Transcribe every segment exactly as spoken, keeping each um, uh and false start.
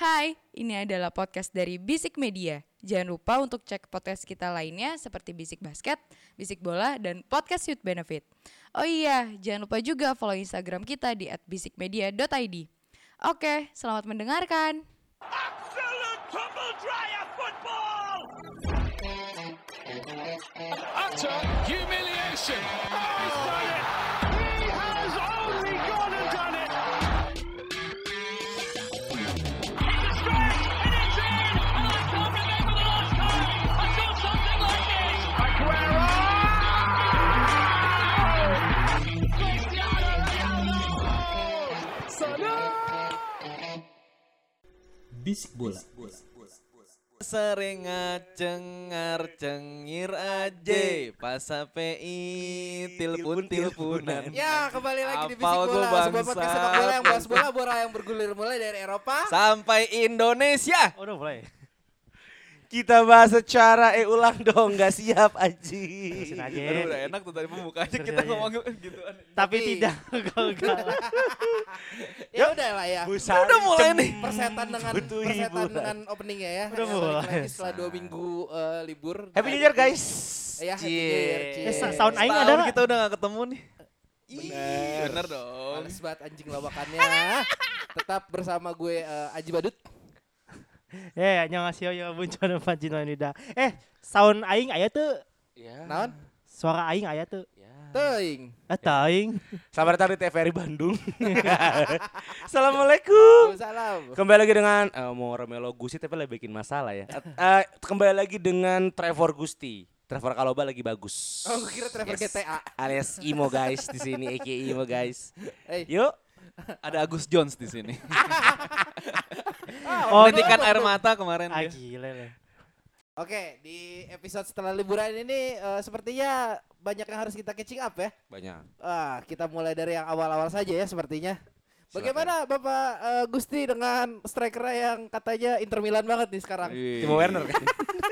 Hai, ini adalah podcast dari Bisik Media. Jangan lupa untuk cek podcast kita lainnya seperti Bisik Basket, Bisik Bola, dan Podcast Youth Benefit. Oh iya, jangan lupa juga follow Instagram kita di at bisikmedia dot i d. Oke, selamat mendengarkan. Absolute tumble dryer football! Utter humiliation. Oh, he's done it! He has only gone and done it! It's a stretch, and it's in! And I can't remember the last time I saw something like this! Aguero! Cristiano Ronaldo! Salah! Bisik Bola. Sering ngacengar cengir aja pas H P I tilpun tilpunan. Ya, kembali lagi di Bisik Apal gua Bola, sebuah bangsa. podcast sepak bola yang bahas bola bola yang bergulir mulai dari Eropa. Sampai Indonesia. Oh, udah mulai. Kita bahas secara eh ulang dong, gak siap aji. Terusin aja. Aduh, udah enak tuh tadi pembukanya Terusin kita aja. ngomong gituan. Tapi Tapi- tidak kalau enggak. Ya udah lah ya. Udah mulai nih. Persetan dengan Butuh persetan hiburan. dengan openingnya ya. Udah Ya, balik mulai. lagi setelah dua minggu eh, libur. Happy New Year guys. Ya, Happy New Year. Cie. Cie. Eh, sa- sound aing Setahun ada nggak? kita udah gak ketemu nih. Ih, Bener. bener dong. Males banget anjing lawakannya. Tetap bersama gue eh, Aji Badut. Eh, annyeonghaseyo ya buncono panjino nida. Eh, sound aing aya tuh. Ya. Naon? Suara aing aya tuh. Teuing. Eh, teuing. Selamat datang di T V R I Bandung. Assalamualaikum. Salam. Kembali lagi dengan eh, mau Romelo Gusti tapi lagi bikin masalah ya. Eh, kembali lagi dengan Trevor Gusti. Trevor Kaloba lagi bagus. Oh, gue kira Trevor G T A. Alias Imo guys di sini, A K A Imo guys. Eh, Yuk. Ada Agus Jones di sini. Oh, Menitikkan air mata kemarin Ah, dia. gila lah. Oke, di episode setelah liburan ini eh, sepertinya banyak yang harus kita catching up ya. Banyak. Ah, kita mulai dari yang awal-awal saja ya sepertinya. Bagaimana Bapak eh, Gusti dengan striker yang katanya Inter Milan banget nih sekarang? Timo Werner kan.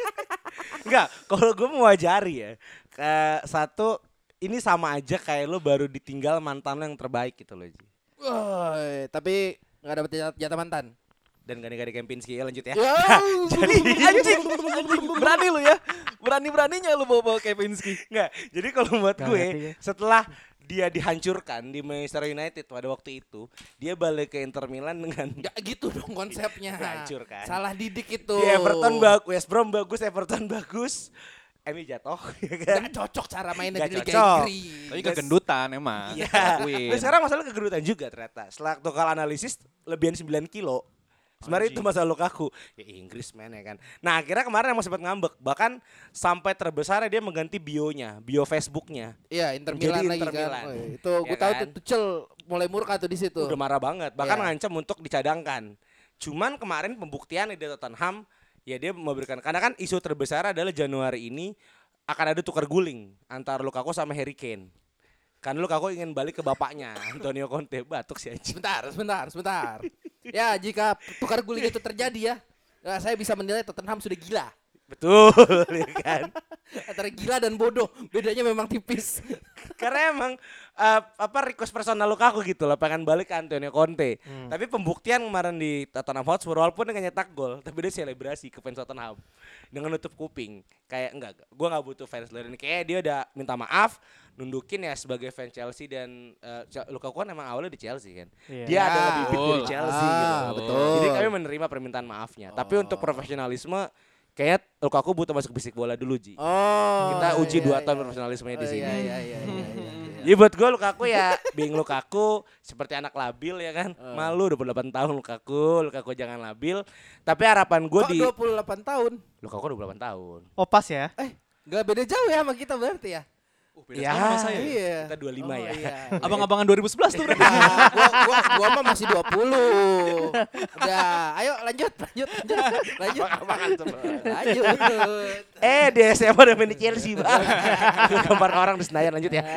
Enggak, kalau gue mewajari ya. Ke satu ini sama aja kayak lo baru ditinggal mantan lo yang terbaik gitu loh, Ji. Woi, tapi nggak dapet jat- jatah mantan. Dan gak ada Kempinski ya lanjut ya. Ya. Jadi anjing, Anjing, berani lu ya. Berani-beraninya lu bawa-bawa Kevin-Ski. enggak. Jadi kalau buat Nggak gue ngerti ya. setelah dia dihancurkan di Manchester United pada waktu itu, dia balik ke Inter Milan dengan Ya gitu dong konsepnya. Hancur kan. Salah didik itu. di Everton bagus, West Brom bagus, Everton bagus. M U jatuh ya kan. Gak cocok cara mainnya Nggak di Liga cocok. Inggris. Tapi kegendutan emang. Iya. Akuin. Terus sekarang masalah kegerutan juga ternyata. Setelah total analisis lebihan sembilan kilo. Sebenarnya itu masalah Lukaku. Ya Inggris men ya kan. Nah akhirnya kemarin emang sempat ngambek. Bahkan sampai terbesar dia mengganti bionya, bio Facebooknya. Iya, Inter Jadi Milan lagi Inter kan. Milan. Oh, iya. Itu gue Ya tahu kan? tuh Tuchel mulai murka tuh di situ. Udah marah banget. Bahkan Iya. ngancam untuk dicadangkan. Cuman kemarin pembuktian di Tottenham. Ya dia memberikan. Karena kan isu terbesar adalah Januari ini akan ada tukar guling antara Lukaku sama Harry Kane. Kan Lukaku ingin balik ke bapaknya Antonio Conte. Batuk sih anjing. Sebentar, sebentar, sebentar. Ya, jika tukar guling itu terjadi ya, ya, saya bisa menilai Tottenham sudah gila. Betul ya kan. Antara gila dan bodoh, bedanya memang tipis. Karena emang uh, apa request personal Lukaku gitu loh, pengen balik ke Antonio Conte. Hmm. Tapi pembuktian kemarin di Tottenham Hotspur walaupun dengan nyetak gol, tapi dia selebrasi ke fans Tottenham dengan nutup kuping. Kayak enggak, gue nggak butuh fans lain. Kayak dia udah minta maaf, nundukin ya sebagai fans Chelsea dan uh, Lukaku kan emang awalnya di Chelsea kan. Iya. Dia Ya, adalah bibit betul. dari Chelsea Ah, gitu. betul. Jadi kami menerima permintaan maafnya. Tapi untuk profesionalisme kayak Lukaku butuh masuk Bisik Bola dulu Ji. Oh. Kita uji iya, dua iya, tahun iya. profesionalismenya Oh, di sini. Iya, iya, iya, iya, iya, iya. Ya buat gue Lukaku ya being Lukaku seperti anak labil ya kan. Uh. Malu dua puluh delapan tahun Lukaku, Lukaku jangan labil. Tapi harapan gue Kok di dua puluh delapan tahun? Lukaku dua puluh delapan tahun. Oh, pas ya. Eh, gak beda jauh ya sama kita berarti ya? Oh, beda Ya, setahun sama saya. Iya. kita dua puluh lima Oh, ya. Iya. Abang-abangan dua ribu sebelas tuh berarti. Ya, gua, gua, gua mah masih dua puluh. Udah, ayo lanjut, lanjut, lanjut. Lanjut. Lanjut. Eh di S M A udah main di Chelsea bang. Gambar orang di Senayan lanjut ya.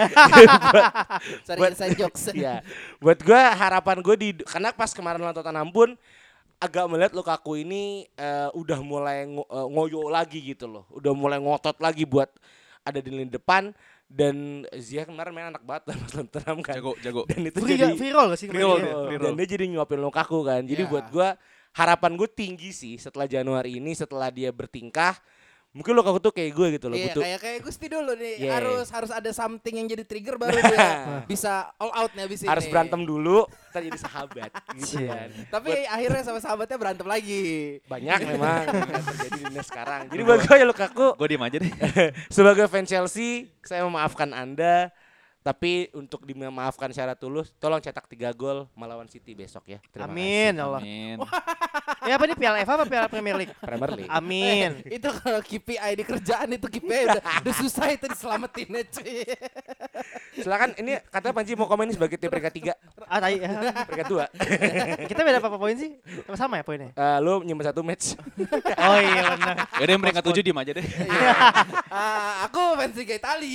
Sorry, Buat- inside jokes. Iya. Buat gue harapan gue di karena pas kemarin lawan Tottenham pun agak melihat Lukaku ini eh, udah mulai ngo- eh, ngoyo lagi gitu loh. Udah mulai ngotot lagi buat ada di lini depan dan Ziyech kemarin main enak banget pas lawan Tottenham kan. Jago, jago. Dan itu Viral, jadi viral gak sih? Viral kemarin? dia, Oh, viral. dan dia jadi nyuapin Lukaku kan. Jadi Iya. buat gua harapan gue tinggi sih setelah Januari ini, setelah dia bertingkah. Mungkin Lukaku tuh kayak gue gitu loh, Iya, butuh kayak kayak Gusti dulu nih. Yeah. Harus harus ada something yang jadi trigger baru dia bisa all out nih abis ini. harus berantem dulu, ntar jadi sahabat gitu Iya. kan. Tapi akhirnya sama sahabatnya berantem lagi. Banyak memang yang terjadi di dunia sekarang. Jadi buat gue ya Lukaku, Gue diem aja deh. sebagai fans Chelsea, saya memaafkan Anda. Tapi untuk dimaafkan secara tulus, tolong cetak tiga gol melawan City besok ya. Terima Amin kasih. ya Allah. Amin. Ya apa nih Piala F A apa Piala Premier League? Premier League. Amin. Eh, itu kalau K P I di kerjaan itu K P I udah, udah susah itu diselamatin cuy. Silakan, ini katanya Panji mau komen ini sebagai tim peringkat tiga, Ah tai. ya. peringkat dua. Kita beda berapa poin sih? Sama ya poinnya? Eh, lu nyimpen satu match. Oh iya benar. Yaudah yang peringkat tujuh diem aja deh. Ah, aku fans Liga Itali.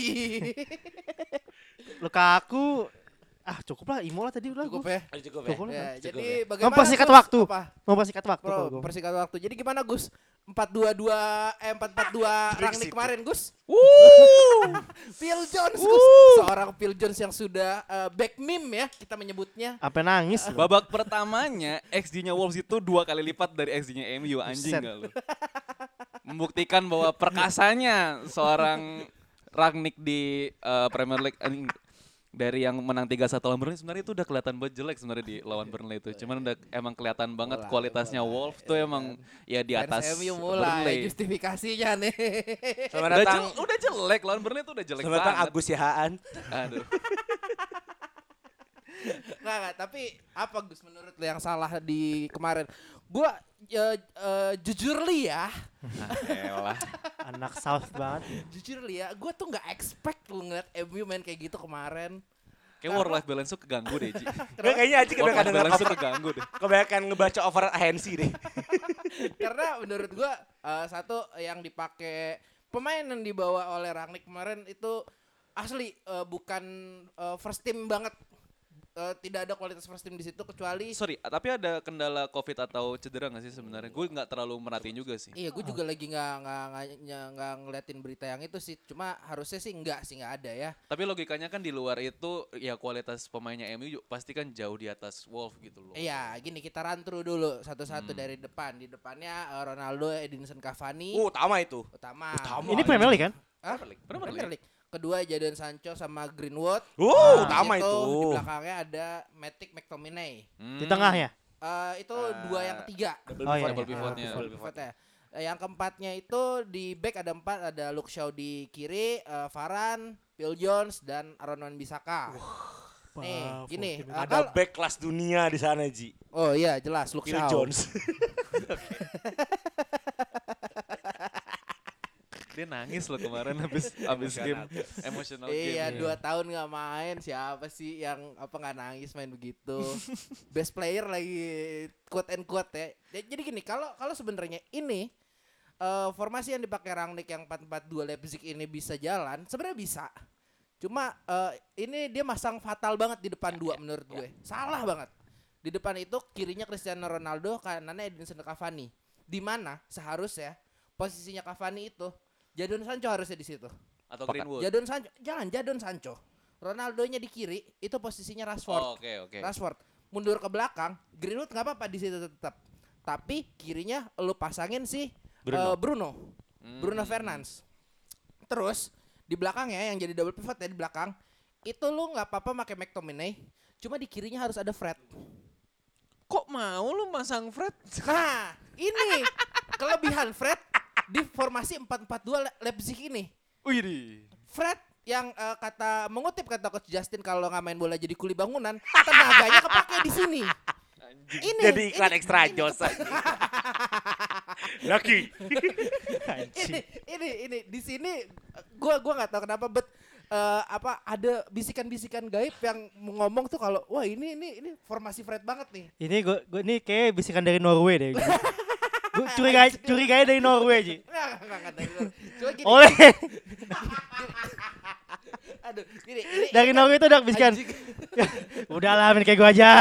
Lukaku ah cukup lah Imo lah tadi udah Cukup gua. ya. Oh, cukup Cukup lah. Ya, Cukup jadi ya. bagaimana Mempersingkat Gus? waktu. Apa? Mau persingkat waktu Bro, kalau gua. mempersingkat waktu. Jadi gimana Gus? empat dua dua eh empat empat dua Rangnick kemarin Gus. Phil Jones Gus. Seorang Phil Jones yang sudah uh, back meme ya kita menyebutnya. Sampai nangis. loh. Babak pertamanya X G-nya Wolves itu dua kali lipat dari X G-nya M U, anjing Buset. gak lu? Membuktikan bahwa perkasanya seorang Rangnick di uh, Premier League anjing, dari yang menang tiga satu lawan Burnley sebenarnya itu udah kelihatan banget jelek sebenarnya di lawan Burnley itu. Cuman udah emang kelihatan banget Mulai, kualitasnya mulai, Wolves tuh ya emang kan. ya di atas Fans M U mulai Burnley. justifikasinya nih. Selamat Udah, datang. jel- udah jelek lawan Burnley tuh udah jelek Selamat datang banget. Agus Yahaan. Aduh. Nggak, nggak, tapi apa Gus menurut lo yang salah di kemarin? Gua ya, eh, jujur li ya, Elah. Anak South banget. jujur li ya, gua tuh nggak expect lu ngeliat M U main kayak gitu kemarin. Kayak work life balance tuh keganggu deh, Ji. Gue kayaknya Aji Work kebanyakan life denger balance tuh over, keganggu deh. kebanyakan ngebaca over ahensi deh. Karena menurut gua eh, satu yang dipakai pemain yang dibawa oleh Rangnick kemarin itu asli eh, bukan eh, first team banget. Eh, tidak ada kualitas first team di situ kecuali Sorry, tapi ada kendala COVID atau cedera nggak sih sebenarnya? Gue nggak terlalu merhatiin juga sih. iya, gue juga lagi nggak nggak nggak ny- nggak ngeliatin berita yang itu sih. Cuma harusnya sih nggak sih nggak ada ya. Tapi logikanya kan di luar itu ya kualitas pemainnya M U ju- pasti kan jauh di atas Wolves gitu loh. Iya, gini kita run through dulu satu-satu Hmm. dari depan. Di depannya eh, Ronaldo, Edinson Cavani Uh, utama itu. utama. utama. Ini Premier League kan? Hah? Premier Premier League. League. Kedua Jadon Sancho sama Greenwood. Uh, Ah. utama Itu, itu. Di belakangnya ada Matic McTominay. Hmm. Di tengahnya. Eh, itu Ah. dua yang ketiga. Double Oh, iya, pivot, double iya. pivotnya. Ah, double pivotnya. Eh, yang keempatnya itu di back ada empat, ada Luke Shaw di kiri, eh, Varane, Phil Jones dan Aaron Wan-Bissaka. Nih, Wow, gini. full team. eh, Ada kal- back kelas dunia di sana, Ji. oh iya jelas Luke Phil Shaw. Jones. Dia nangis loh kemarin habis habis game emotional game. Iya, dua tahun nggak main, siapa sih yang apa nggak nangis main begitu? Best player lagi quote and quote ya. Ja- Jadi gini, kalau kalau sebenarnya ini eh, formasi yang dipakai Rangnick yang empat empat dua Leipzig ini bisa jalan, sebenarnya bisa. Cuma eh, ini dia masang fatal banget di depan dua menurut gue. Salah banget. Di depan itu kirinya Cristiano Ronaldo, kanannya Edinson Cavani. Di mana seharusnya posisinya Cavani itu Jadon Sancho harusnya di situ. Atau Greenwood. Jadon Sancho, jangan Jadon Sancho. Ronaldonya di kiri, itu posisinya Rashford. Oh, oke oke. Rashford mundur ke belakang, Greenwood nggak apa-apa di situ tetap. Tapi kirinya lu pasangin si Bruno. Bruno, Bruno, Hmm. Bruno Fernandes. Terus di belakangnya yang jadi double pivot ya di belakang, itu lu nggak apa-apa pakai McTominay, cuma di kirinya harus ada Fred. Kok mau lu masang Fred? Nah, ini kelebihan Fred di formasi empat empat dua Le- Leipzig ini. Wih. Fred yang eh, kata mengutip kata coach Justin kalau nggak main bola jadi kuli bangunan, tenaganya kepake di sini. Ini Jadi iklan ini- ekstra ini jos. kepake. Lucky. ini ini ini di sini eh, gua gua nggak tahu kenapa bet eh, apa ada bisikan-bisikan gaib yang ngomong tuh kalau wah ini ini ini formasi Fred banget nih. Ini gue gue ini kayak bisikan dari Norway deh. Gue curiga curiganya dari Norway Ji. Nggak, nggak, nggak, nggak, nggak. Cuma gini, Oleh aduh, gini, ini, dari ini Norway itu udah bisikan. anjing. Udahlah main kayak gue aja.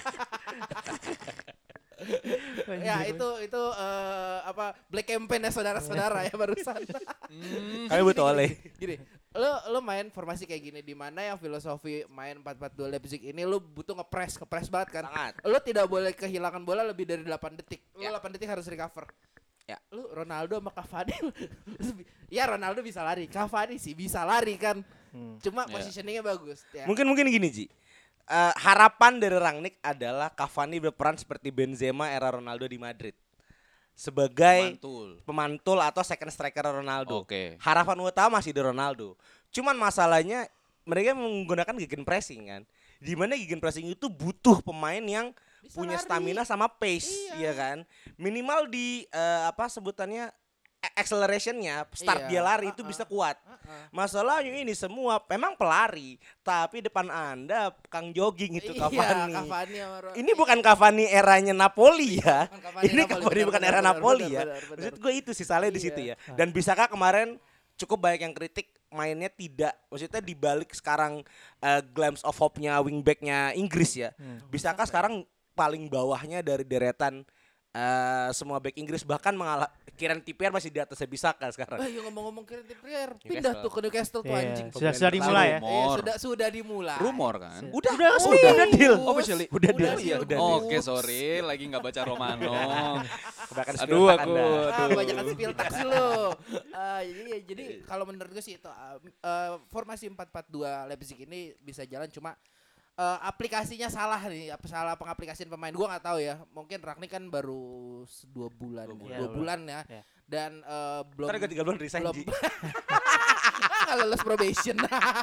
Ya itu itu eh, apa black campaign ya saudara-saudara ya barusan. Hmm. Kami butuh oleh. Gini, lo lo main formasi kayak gini di mana yang filosofi main empat empat dua Leipzig ini lo butuh ngepres, ngepres banget kan. Sangat. Lo tidak boleh kehilangan bola lebih dari delapan detik. Lo Ya. delapan detik harus recover. Ya. Lu Ronaldo sama Cavani. Ya Ronaldo bisa lari, Cavani sih bisa lari kan. Hmm. Cuma Ya. positioningnya bagus. Ya. Mungkin mungkin gini Ji. Eh, harapan dari Rangnick adalah Cavani berperan seperti Benzema era Ronaldo di Madrid. Sebagai Mantul. pemantul atau second striker Ronaldo. Oke. Harapan utama masih di Ronaldo. Cuman masalahnya mereka menggunakan gegen pressing kan. Di mana gegen pressing itu butuh pemain yang Bisa punya lari. stamina sama pace, Iya. ya kan? Minimal di eh, apa sebutannya a- accelerationnya, start Iya. dia lari itu Uh-uh. bisa kuat. Uh-uh. Masalahnya ini semua memang pelari, tapi depan Anda Kang jogging itu Iya, Cavani. Cavani sama Ro- Ini bukan Cavani eranya Napoli ya. Bukan Cavani Ini Napoli, Cavani benar, bukan benar, era benar, Napoli benar, ya. benar, benar. Maksud gue itu sih salahnya di Iya. situ ya. Dan Bisakah kemarin cukup banyak yang kritik mainnya tidak, maksudnya dibalik sekarang eh, glimpse of hope-nya wingback-nya Inggris ya. Hmm. Bisakah sekarang paling bawahnya dari deretan eh, semua back Inggris, bahkan mengalah Kieran Trippier masih di atasnya Bisakah sekarang. Eh, yuk ngomong-ngomong Kieran Trippier, pindah Newcastle. tuh ke Newcastle tuh Iya, anjing. sudah sudah dimulai ya. Rumor. Iya, sudah sudah dimulai. Rumor kan? Udah, Udah resmi, udah, udah deal. Officially? Udah deal, deal. iya, udah Oh, deal. Oke, sorry, lagi nggak baca Romano. Kebanyakan Aduh, spill aku. Anda. Ah, Aduh. kebanyakan spill tax lu. Ah, jadi jadi kalau menurut gue sih itu ah, eh, formasi empat empat dua Leipzig ini bisa jalan cuma eh, aplikasinya salah nih, apa salah pengaplikasian pemain gua nggak tahu ya. Mungkin Ragnik kan baru s- dua bulan, Dua dua, bulan. dua bulan ya. Ya. Dan eh, belum Ntar gue tiga bulan resign belum Ji. nggak lulus probation.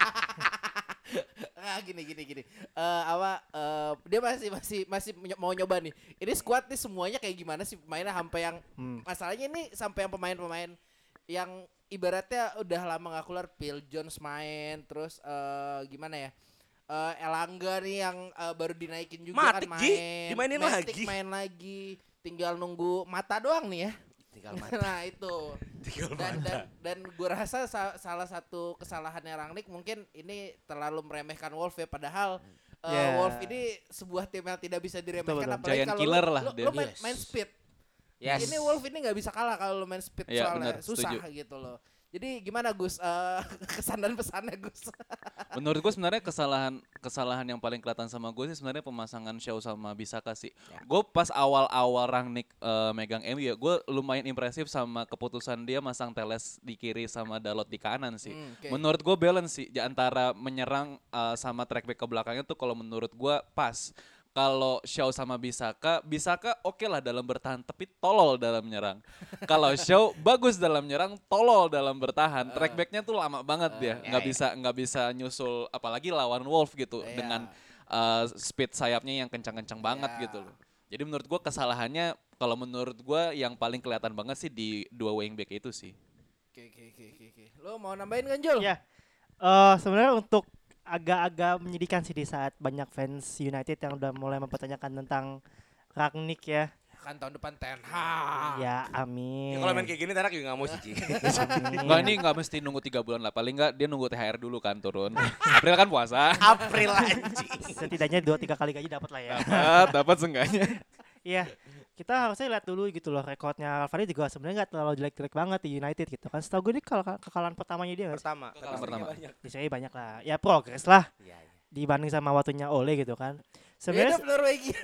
Nah, gini gini gini. Eh apa eh, dia masih masih masih menyo- mau nyoba nih. Ini squad nih semuanya kayak gimana sih pemainnya sampai yang Hmm. masalahnya ini sampai yang pemain-pemain yang ibaratnya udah lama gak keluar, Phil Jones main, terus eh gimana ya? Eh Elanga nih yang eh, baru dinaikin juga Matic, kan Ji. main. Dimainin Matic lagi. main lagi. Tinggal nunggu mata doang nih ya. Tinggal mati. Nah, itu. Tinggal Dan mati. dan dan gue rasa sa- salah satu kesalahannya Rangnick mungkin ini terlalu meremehkan Wolf ya, padahal eh, Yeah. Wolf ini sebuah tim yang tidak bisa diremehkan, Betul, betul. apalagi Giant kalau killer lu, lah lu, dia. lu main, Yes. main speed. Yes. Ini Wolf ini nggak bisa kalah kalau lu main speed Iya, soalnya benar, susah setuju. gitu loh. Jadi gimana Gus, Eh, kesan dan pesannya Gus? Menurut gue sebenarnya kesalahan kesalahan yang paling kelihatan sama gue sih sebenarnya pemasangan Shaw sama Bisaka sih. Ya. Gue pas awal-awal Rangnick eh, megang M U ya, gue lumayan impresif sama keputusan dia masang Teles di kiri sama Dalot di kanan sih. Hmm, oke. Menurut gue balance sih di antara menyerang eh, sama track back ke belakangnya tuh kalau menurut gue pas. Kalau Shaw sama Bisaka, Bisaka oke lah dalam bertahan tapi tolol dalam menyerang. Kalau Shaw bagus dalam menyerang, tolol dalam bertahan. Track backnya tuh lama banget dia, nggak ya, bisa nggak bisa nyusul apalagi lawan Wolf gitu Iya. dengan uh, speed sayapnya yang kencang-kencang banget Iya. gitu loh. Jadi menurut gua kesalahannya kalau menurut gua yang paling kelihatan banget sih di dua wingback itu sih. Oke oke oke oke, oke. Lo mau nambahin kan Jul? Ya. Eh sebenarnya untuk agak-agak menyedihkan sih di saat banyak fans United yang udah mulai mempertanyakan tentang Rangnick ya. Kan tahun depan Ten Hag. Ya amin. Ya, kalau main kayak gini Tarak juga gak mau sih Ji. Amin. Enggak, ini nggak mesti nunggu tiga bulan lah, paling nggak dia nunggu T H R dulu kan turun. April kan puasa. April anjing. Setidaknya dua tiga kali gaji dapat lah ya. Dapat, dapat seenggaknya. Iya. Kita harusnya lihat dulu gitu loh, rekornya Alvaro juga sebenarnya nggak terlalu jelek-jelek banget di United gitu kan. Setahu gue ini kalau kekalahan pertamanya dia nggak sih? Pertama, Kekalahan tapi pertama. banyak. Di sini banyak lah. Ya progres lah Iya, iya. dibanding sama waktunya Ole gitu kan. Beda Sebenarnya Norwegia.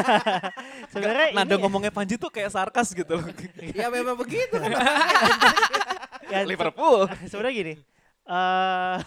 sebenarnya Nada ini ngomongnya Panji tuh kayak sarkas gitu. Ya memang begitu kan. ya, Liverpool. sebenarnya gini. Eh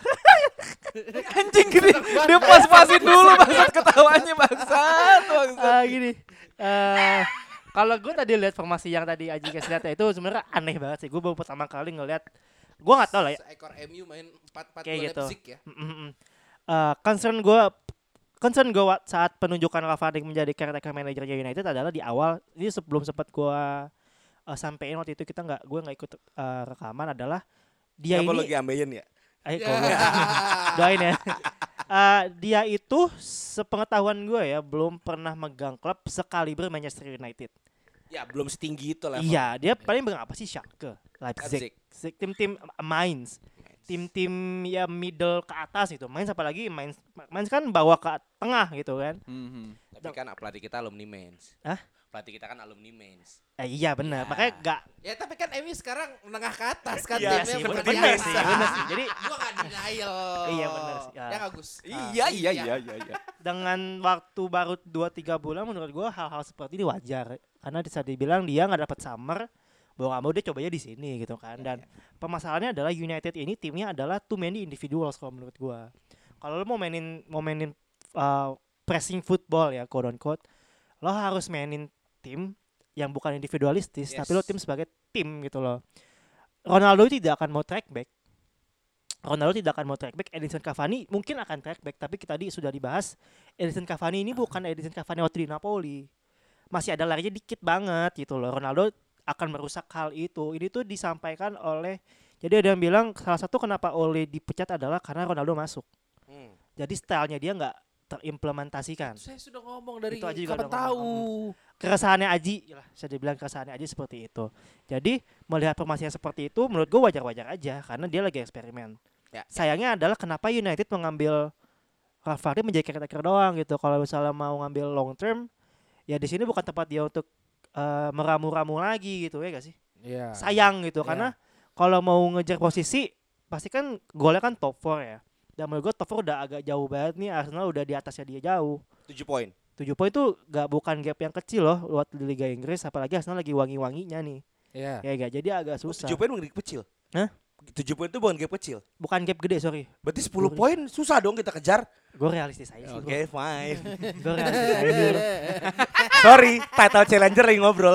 Anjing gini. Dia pas-pasin dulu bangsat ketawanya bangsat. bangsat. eh, gini. Eh kalau gue tadi lihat formasi yang tadi Aji kasih lihat ya, itu sebenarnya aneh banget sih. Gue baru pertama kali ngeliat. Gue nggak tahu lah ya. Seekor M U main empat empat Kayak dua gitu. Leipzig ya. Mm, mm, mm. Eh, concern gue concern gue saat penunjukan Rangnick menjadi caretaker manajernya United adalah di awal ini sebelum sempat gue uh, sampein waktu itu kita nggak gue nggak ikut uh, rekaman adalah dia Apa ini lagi ambeien ya? ayo Ya. goblok. Doain ya. Uh, dia itu sepengetahuan gue ya belum pernah megang klub sekaliber Manchester United. Ya belum setinggi itu level. Iya, dia paling megang apa sih? Schalke, Leipzig, Leipzig. tim-tim uh, Mainz. Tim-tim ya middle ke atas gitu. Mainz apalagi Mainz Mainz kan bawa ke tengah gitu kan. Mhm. Tapi kan pelatih kita alumni Mainz. Hah? Pelatih kita kan alumni Mainz. Eh, iya benar. Ya. Makanya enggak Ya tapi kan M U sekarang menengah ke atas kan Iya timnya sih, bukan bener biasa. sih, bener sih. Jadi Gua enggak denial. Iya, bener sih. Ya. Ya enggak Gus? Ah, Iya iya iya iya iya. dengan waktu baru dua tiga bulan menurut gua hal-hal seperti ini wajar. Karena bisa dibilang dia nggak dapat summer, mau nggak mau dia cobanya di sini gitu kan. Dan permasalahannya adalah United ini timnya adalah too many individuals kalau menurut gua. Kalau lo mau mainin mau mainin uh, pressing football ya quote unquote, lo harus mainin tim yang bukan individualistis, Yes. tapi lo tim sebagai tim gitu loh. Ronaldo tidak akan mau track back. Ronaldo tidak akan mau track back. Edinson Cavani mungkin akan track back, tapi tadi sudah dibahas Edinson Cavani ini bukan Edinson Cavani waktu di Napoli. Masih ada larinya dikit banget gitu loh. Ronaldo akan merusak hal itu. Ini tuh disampaikan oleh, jadi ada yang bilang salah satu kenapa Ole dipecat adalah karena Ronaldo masuk. Hmm. Jadi stylenya dia nggak terimplementasikan. Saya sudah ngomong dari Itu aja juga kapan udah tahu. Keresahannya Aji, yalah, bisa dibilang keresahannya Aji seperti itu. Jadi melihat permasalahan seperti itu, menurut gue wajar-wajar aja karena dia lagi eksperimen. Ya, ya. Sayangnya adalah kenapa United mengambil Ralf menjadi caretaker doang gitu. Kalau misalnya mau ngambil long term, ya di sini bukan tempat dia untuk uh, meramu-ramu lagi gitu ya gak sih? Iya. Sayang gitu Iya. karena kalau mau ngejar posisi pasti kan golnya kan top four ya. Dan menurut gue top four udah agak jauh banget nih, Arsenal udah di atasnya dia jauh. tujuh poin. tujuh poin itu gak bukan gap yang kecil loh buat di Liga Inggris, apalagi Arsenal lagi wangi-wanginya nih. Iya. Ya gak, jadi agak susah. tujuh poin bukan gap kecil. Hah? tujuh poin itu bukan gap kecil. Bukan gap gede, sorry. Berarti sepuluh poin susah dong kita kejar. Gue realistis aja sih. Oke, fine. Gue realistis aja. bro. Sorry, title challenger lagi ngobrol.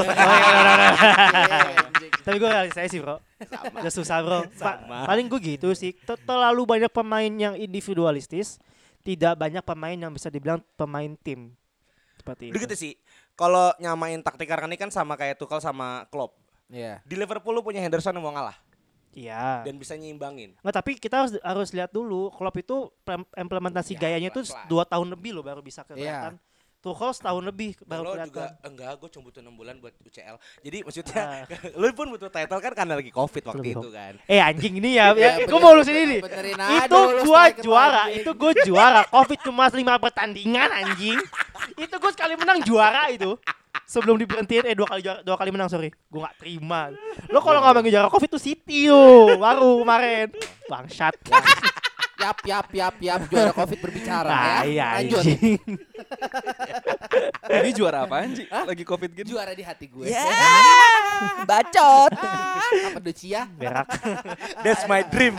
Tapi gue realistis aja sih bro. Udah susah bro. Pa- Sama. paling gue gitu sih. Ter- Terlalu banyak pemain yang individualistis, tidak banyak pemain yang bisa dibilang pemain tim. Seperti Udah itu. gitu sih. Kalau nyamain taktik ini kan sama kayak Tuchel sama Klopp. Iya. Di Liverpool lu punya Henderson yang mau ngalah Iya. dan bisa nyimbangin. Nggak, tapi kita harus harus lihat dulu. Klopp itu plem- implementasi Ya, gayanya itu pelan-pelan. dua tahun lebih loh baru bisa kelihatan. Tuchel setahun lebih baru Lo kelihatan. juga enggak, gue cuma butuh enam bulan buat U C L. Jadi maksudnya lu pun butuh title kan karena lagi Covid waktu Lebih itu kan. Eh anjing ini ya, Ya, ya gue bener- mau lu sini nih. benerin aja Itu lu gua striker juara, anjing. itu gue juara. Covid cuma lima pertandingan anjing. Itu gue sekali menang juara itu. Sebelum diberhentiin eh dua kali juara, dua kali menang sorry. Gue gak terima. Lo kalau ngomongin juara Covid tuh City yo, baru kemarin. Bangsat. Yap yap yap yap juara Covid berbicara Nah, ya. iya Lanjut. anjing. Ini juara apaan sih? Lagi Covid gini. Juara di hati gue. Bacot. Apa Ducia? Berak. That's my dream.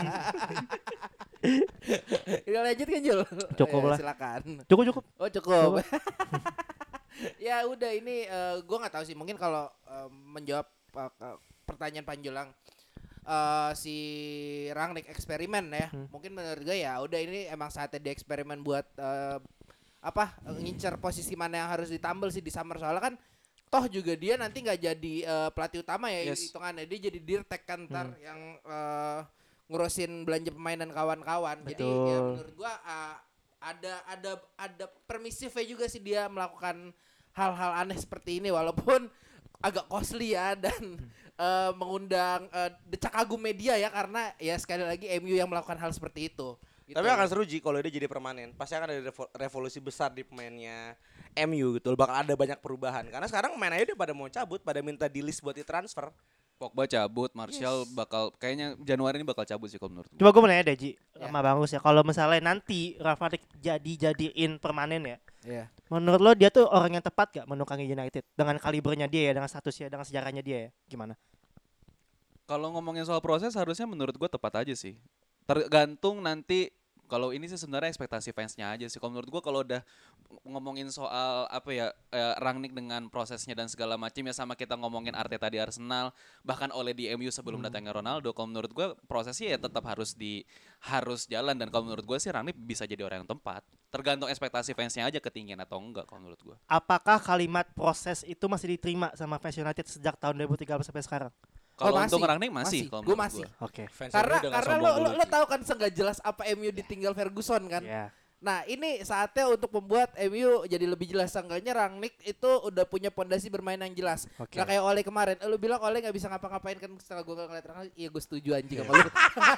Udah lanjut kan Jul? Cukup Ya, lah. Silakan. Cukup cukup. Oh cukup. Ya udah ini eh, gue nggak tahu sih mungkin kalau eh, menjawab eh, ke- pertanyaan Panjulang eh, si Rangnick eksperimen ya Hmm. mungkin menurut gue ya udah ini emang saatnya dia eksperimen buat eh, apa eh, ngincer posisi mana yang harus ditambal sih di summer soalnya kan toh juga dia nanti nggak jadi eh, pelatih utama ya Yes. hitungannya dia jadi dirtek kan ntar Hmm. yang eh, ngurusin belanja pemain dan kawan-kawan jadi Betul. ya menurut gua eh, ada ada ada permisifnya juga sih dia melakukan hal-hal aneh seperti ini walaupun agak costly ya dan eh, mengundang eh, decak kagum media ya karena ya sekali lagi M U yang melakukan hal seperti itu. Gitu. Tapi akan seru Ji kalau dia jadi permanen. Pasti akan ada revo- revolusi besar di pemainnya M U gitu. Bakal ada banyak perubahan. Karena sekarang main aja udah pada mau cabut, pada minta di list buat ditransfer. Pogba cabut, Martial bakal kayaknya Januari ini bakal cabut sih kalau menurut gue. Coba gue mau nanya deh Ji, Ya. sama Bangus ya. Kalau misalnya nanti Ralf jadi jadiin permanen ya, Iya. menurut lo dia tuh orang yang tepat gak menukangi United dengan kalibernya dia ya, dengan statusnya, dengan sejarahnya dia ya, gimana? Kalau ngomongin soal proses harusnya menurut gue tepat aja sih. Tergantung nanti kalau ini sih sebenarnya ekspektasi fansnya aja sih. Kalau menurut gue kalau udah ngomongin soal apa ya eh, Rangnick dengan prosesnya dan segala macam ya sama kita ngomongin Arteta di Arsenal bahkan oleh di M U sebelum datangnya Ronaldo. Kalau menurut gue prosesnya ya tetap harus di harus jalan dan kalau menurut gue sih Rangnick bisa jadi orang yang tepat. Tergantung ekspektasi fansnya aja ketinggian atau enggak kalau menurut gue. Apakah kalimat proses itu masih diterima sama fans United sejak tahun dua ribu tiga belas sampai sekarang? Kalau Oh, untuk masih. Rangnick masih, Masih. kalau Gua menurut masih. gua. Oke. Fans Karena M U udah nggak karena sombong lo lo, dulu, lo Ji. tahu kan senggak jelas apa M U ditinggal Ferguson kan. Ya. Nah ini saatnya untuk membuat M U jadi lebih jelas. Seenggaknya Rangnick itu udah punya pondasi bermain yang jelas. Oke. Gak kayak Ole kemarin. Eh, lu bilang Ole gak bisa ngapa-ngapain kan setelah gue ngeliat Rangnick. Iya gue setuju anjing sama lu.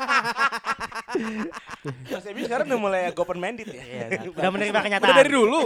Mas M U sekarang udah mulai go open minded ya. Iya, udah menerima kenyataan. Udah dari dulu.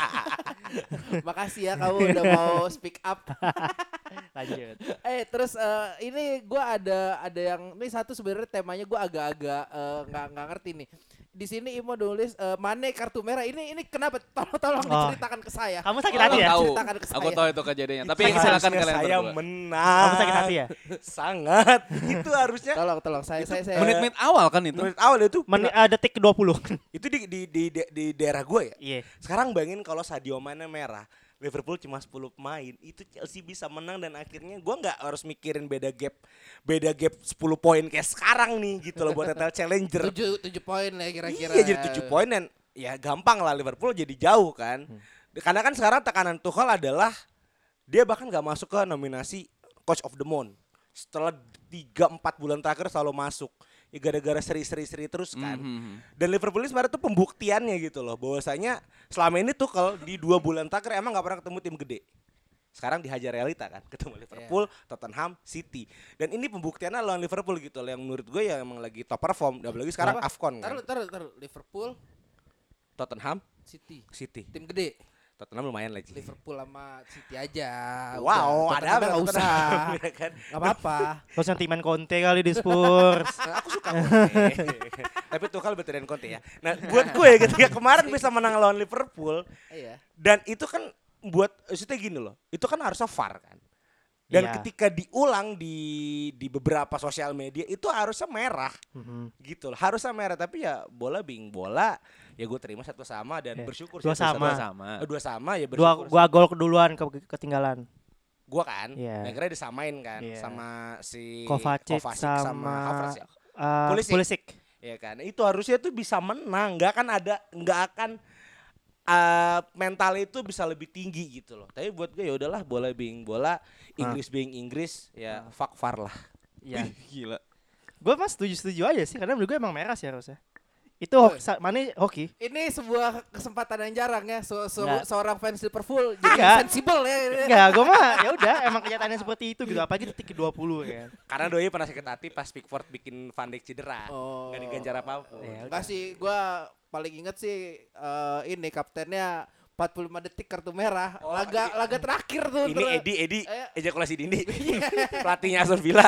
Makasih ya kamu udah mau speak up. Lanjut. Eh terus eh, ini gue ada ada yang ini satu sebenarnya temanya gue agak-agak eh, nggak nggak ngerti nih. Di sini Imo nulis eh, Mane kartu merah. Ini ini kenapa? Tolong tolong Oh. diceritakan ke saya. Kamu sakit Aku hati ya? tahu. Ceritakan ke Aku saya. tahu itu kejadiannya. Tapi silakan Harusnya kalian saya berdua. menang. Kamu sakit hati ya? Sangat. Itu harusnya Tolong tolong saya saya saya. Menit-menit awal kan itu. menit awal itu Men uh, detik ke dua puluh. itu di di di, di, di daerah gue ya. Iya. Sekarang bayangin kalau Sadio Mane merah, Liverpool cuma sepuluh pemain, itu Chelsea bisa menang dan akhirnya gue nggak harus mikirin beda gap, beda gap sepuluh poin kayak sekarang nih gitu loh buat title challenger. tujuh tujuh poin lah kira-kira. Iya jadi tujuh poin dan ya gampang lah Liverpool jadi jauh kan. Karena kan sekarang tekanan Tuchel adalah dia bahkan nggak masuk ke nominasi Coach of the Month. Setelah tiga empat bulan terakhir selalu masuk. Ya gara-gara seri-seri-seri terus kan. Mhm. Dan Liverpool ini sebenarnya tuh pembuktiannya gitu loh. Bahwasanya selama ini tuh kalau di dua bulan terakhir emang gak pernah ketemu tim gede. Sekarang dihajar realita kan. Ketemu Liverpool, Tottenham, City. Dan ini pembuktiannya lawan Liverpool gitu loh. Yang menurut gue ya emang lagi top perform. Dan apalagi sekarang Apa? AFCON kan. Taruh taruh taruh Liverpool, Tottenham, City. City. Tim gede. Tottenham lumayan lagi. Liverpool sama City aja. Wow, Udah, ada Tottenham apa? nggak usah. Tottenham, ya kan? Gak apa-apa. Lo sentimen Conte kali di Spurs. Nah, aku suka Conte. Tapi Tuchel better than Conte ya. Nah, buat gue ketika kemarin bisa menang lawan Liverpool Iya. dan itu kan buat maksudnya gini loh. Itu kan harusnya V A R kan. Dan Iya. ketika diulang di di beberapa sosial media itu harusnya merah. Mhm. Gitu loh. Harusnya merah tapi ya bola being bola ya gue terima satu sama dan Iya. bersyukur Dua sih, sama. satu Sama. Eh, dua sama ya Dua bersyukur. gua gol keduluan ke ketinggalan. Gua kan. Iya. Nah, akhirnya disamain kan Iya. sama si Kovacic sama, sama Havertz ya. uh, Pulisic. Pulisic. Ya kan, itu harusnya tuh bisa menang, nggak akan ada, nggak akan uh, mental itu bisa lebih tinggi gitu loh. Tapi buat gue ya udahlah, bola being bola, Inggris being Inggris, ya fuck V A R lah. Iya. Gila. Gue mas setuju-setuju aja sih karena menurut gue emang merah sih harusnya. Itu Oh. hoki, sa- Mane hoki. Ini sebuah kesempatan yang jarang ya. So, so- Nggak. seorang fans Liverpool jadi Nggak. sensible ya. Enggak, gue mah ya udah emang kenyataannya seperti itu gitu. Apalagi detik ke dua puluh kan. Karena doi pernah sakit hati pas Pickford bikin Van Dijk cedera, Oh. nggak diganjar apa-apa. Ya, Enggak sih, gue paling inget sih eh, ini kaptennya empat puluh lima detik kartu merah. Oh, laga i- laga terakhir tuh. Ini terus- Edi, Edi, Eh. ejakulasi dini, pelatihnya Aston Villa.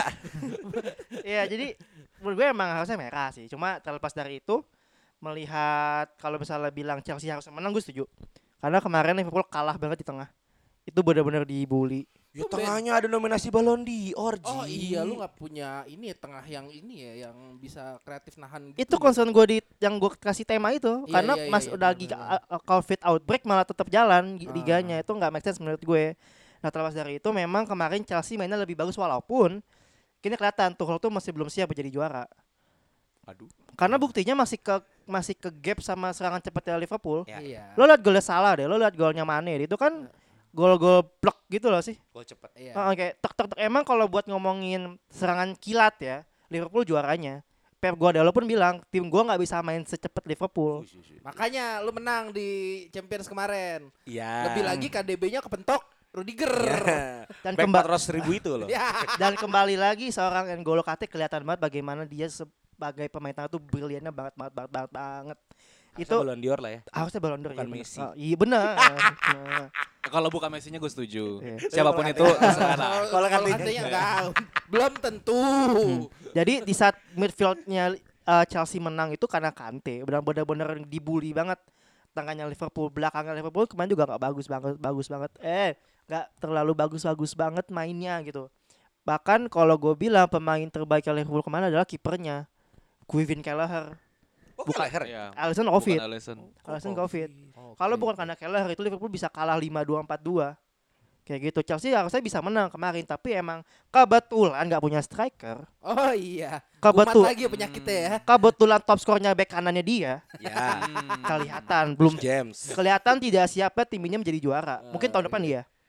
Iya, jadi menurut gue emang harusnya merah sih. Cuma terlepas dari itu melihat kalau misalnya bilang Chelsea harus menang gue setuju. Karena kemarin Liverpool kalah banget di tengah. Itu benar-benar dibully. Ya Tumben. tengahnya ada nominasi Ballon d'Or. Oh Ji. iya, lu nggak punya ini ya, tengah yang ini ya, yang bisa kreatif nahan. Itu gitu ya? concern gue di yang gue kasih tema itu Iya, karena iya, iya, Mas iya, udah benar, lagi benar. uh, uh, COVID outbreak malah tetap jalan gi- Ah. liganya itu nggak make sense menurut gue. Nah terlepas dari itu memang kemarin Chelsea mainnya lebih bagus walaupun kini kelihatan Tuchel tuh masih belum siap menjadi juara. Aduh. Karena buktinya masih ke masih ke gap sama serangan cepatnya Liverpool. Ya. Iya. Lo liat golnya salah deh, lo liat golnya Mane itu kan gol-gol blok gitu loh sih. Gol cepet. Iya. Ah, Oke, tek tek tek emang kalau buat ngomongin serangan kilat ya, Liverpool juaranya. Pep Guardiola pun bilang tim gua nggak bisa main secepat Liverpool. Makanya lu menang di Champions kemarin. Iya. Lebih lagi K D B-nya kepentok Rudiger. Ya. Dan Back kemba- empat ratus ribu itu loh. Ya. dan kembali lagi seorang N'Golo Kante kelihatan banget bagaimana dia sebagai pemain tengah tuh briliannya banget banget banget banget. banget. Itu Itu Ballon d'Or lah ya. harusnya Ballon d'Or Bukan ya, bener. Messi. Oh, iya benar. Nah, Kalau bukan Messi-nya gue setuju. Iya. Siapapun Tapi itu kalau terserah. Kalau Kalau kalau katanya- katanya enggak. Belum tentu. Jadi di saat midfieldnya uh, Chelsea menang itu karena Kante benar-benar dibully banget. Tengahnya Liverpool, belakangnya Liverpool kemarin juga nggak bagus banget, bagus banget. Eh, nggak terlalu bagus-bagus banget mainnya gitu. Bahkan kalau gue bilang pemain terbaik Liverpool kemarin adalah kipernya, Kevin Kelleher. Oh, Bukan. Kelleher. Iya. Alisson Bukan Covid. Alisson. Alisson Covid. Kalau bukan karena Kelleher itu Liverpool bisa kalah lima dua empat dua. Kayak gitu. Chelsea harusnya bisa menang kemarin tapi emang kebetulan nggak punya striker. Oh iya. Kebetul- Kumat lagi penyakitnya ya. Kebetulan top skornya back kanannya dia. Ya. Kelihatan belum James. kelihatan tidak siapnya tim ini menjadi juara. Mungkin tahun Oh, depan iya. dia.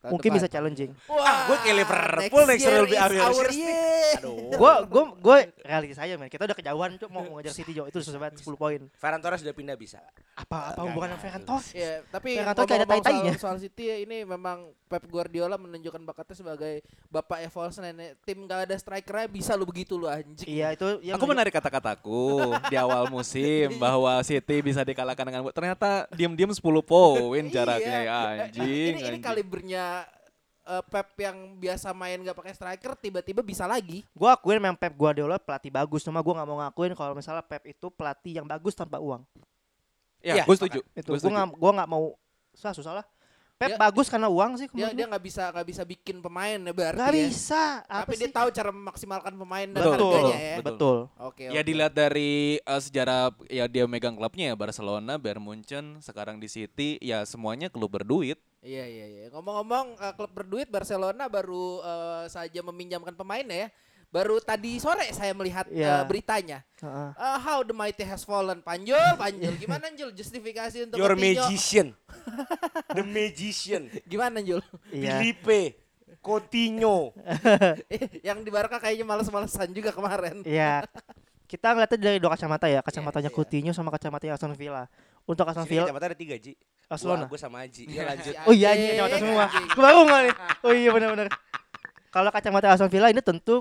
tahun mungkin depan. bisa challenging. Wah, gue kayak Liverpool next year will be our year nih. Aduh. Gue gue gue realistis aja men. Kita udah kejauhan tuh mau mau ngejar City Jo itu susah banget sepuluh poin. Ferran Torres udah pindah bisa. Apa apa Enggak, hubungan enggak. Ferran Torres? Ya, tapi Ferran Torres kayak ada ngomong-ngomong tai-tainya. soal, soal City ya, ini memang Pep Guardiola menunjukkan bakatnya sebagai bapak evolusi nenek tim gak ada strikernya bisa lu begitu lu anjing. Iya itu ya Aku menarik kata-kataku di awal musim bahwa City bisa dikalahkan dengan ternyata diam-diam sepuluh poin jaraknya ya Iya. anjing. Ini, ini anjing. kalibernya uh, Pep yang biasa main gak pakai striker tiba-tiba bisa lagi. Gue akuin memang Pep Guardiola pelatih bagus, cuma gue nggak mau ngakuin kalau misalnya Pep itu pelatih yang bagus tanpa uang. Ya, Iya, gue setuju. Itu Gua gue setuju. nggak gue nggak mau susah susah lah. Pep Dia- bagus karena uang sih. Dia menurut dia gua. nggak bisa nggak bisa bikin pemain ya berarti. Nggak ya. bisa. Apa Tapi sih? dia tahu cara memaksimalkan pemain dan Betul, harganya betul, ya. betul. Betul. Oke. Ya oke. dilihat dari uh, sejarah ya dia megang klubnya ya Barcelona, Bayern Munchen, sekarang di City, ya semuanya klub berduit. Iya iya iya. Ngomong-ngomong uh, klub berduit Barcelona baru uh, saja meminjamkan pemain ya. Baru tadi sore saya melihat Iya. uh, beritanya. Heeh. Uh, how the mighty has fallen. Panjul, Panjul. Gimana Jul justifikasi untuk Your Coutinho? magician. The magician. Gimana Jul? Iya. Filipe Coutinho. Yang di Barca kayaknya males-malesan juga kemarin. Iya. Kita ngeliatnya dari dua kacamata ya, kacamatanya Iya, iya. Coutinho sama kacamatanya Aston Villa. Untuk Aston Sini Villa, kacamata ada tiga Ji. Barcelona. Gue sama Aji. Ya lanjut. Oh iya ini Anjing, kacamata semua. anjing. Gue baru nggak nih? Oh iya benar-benar. Kalau kacamata Aston Villa ini tentu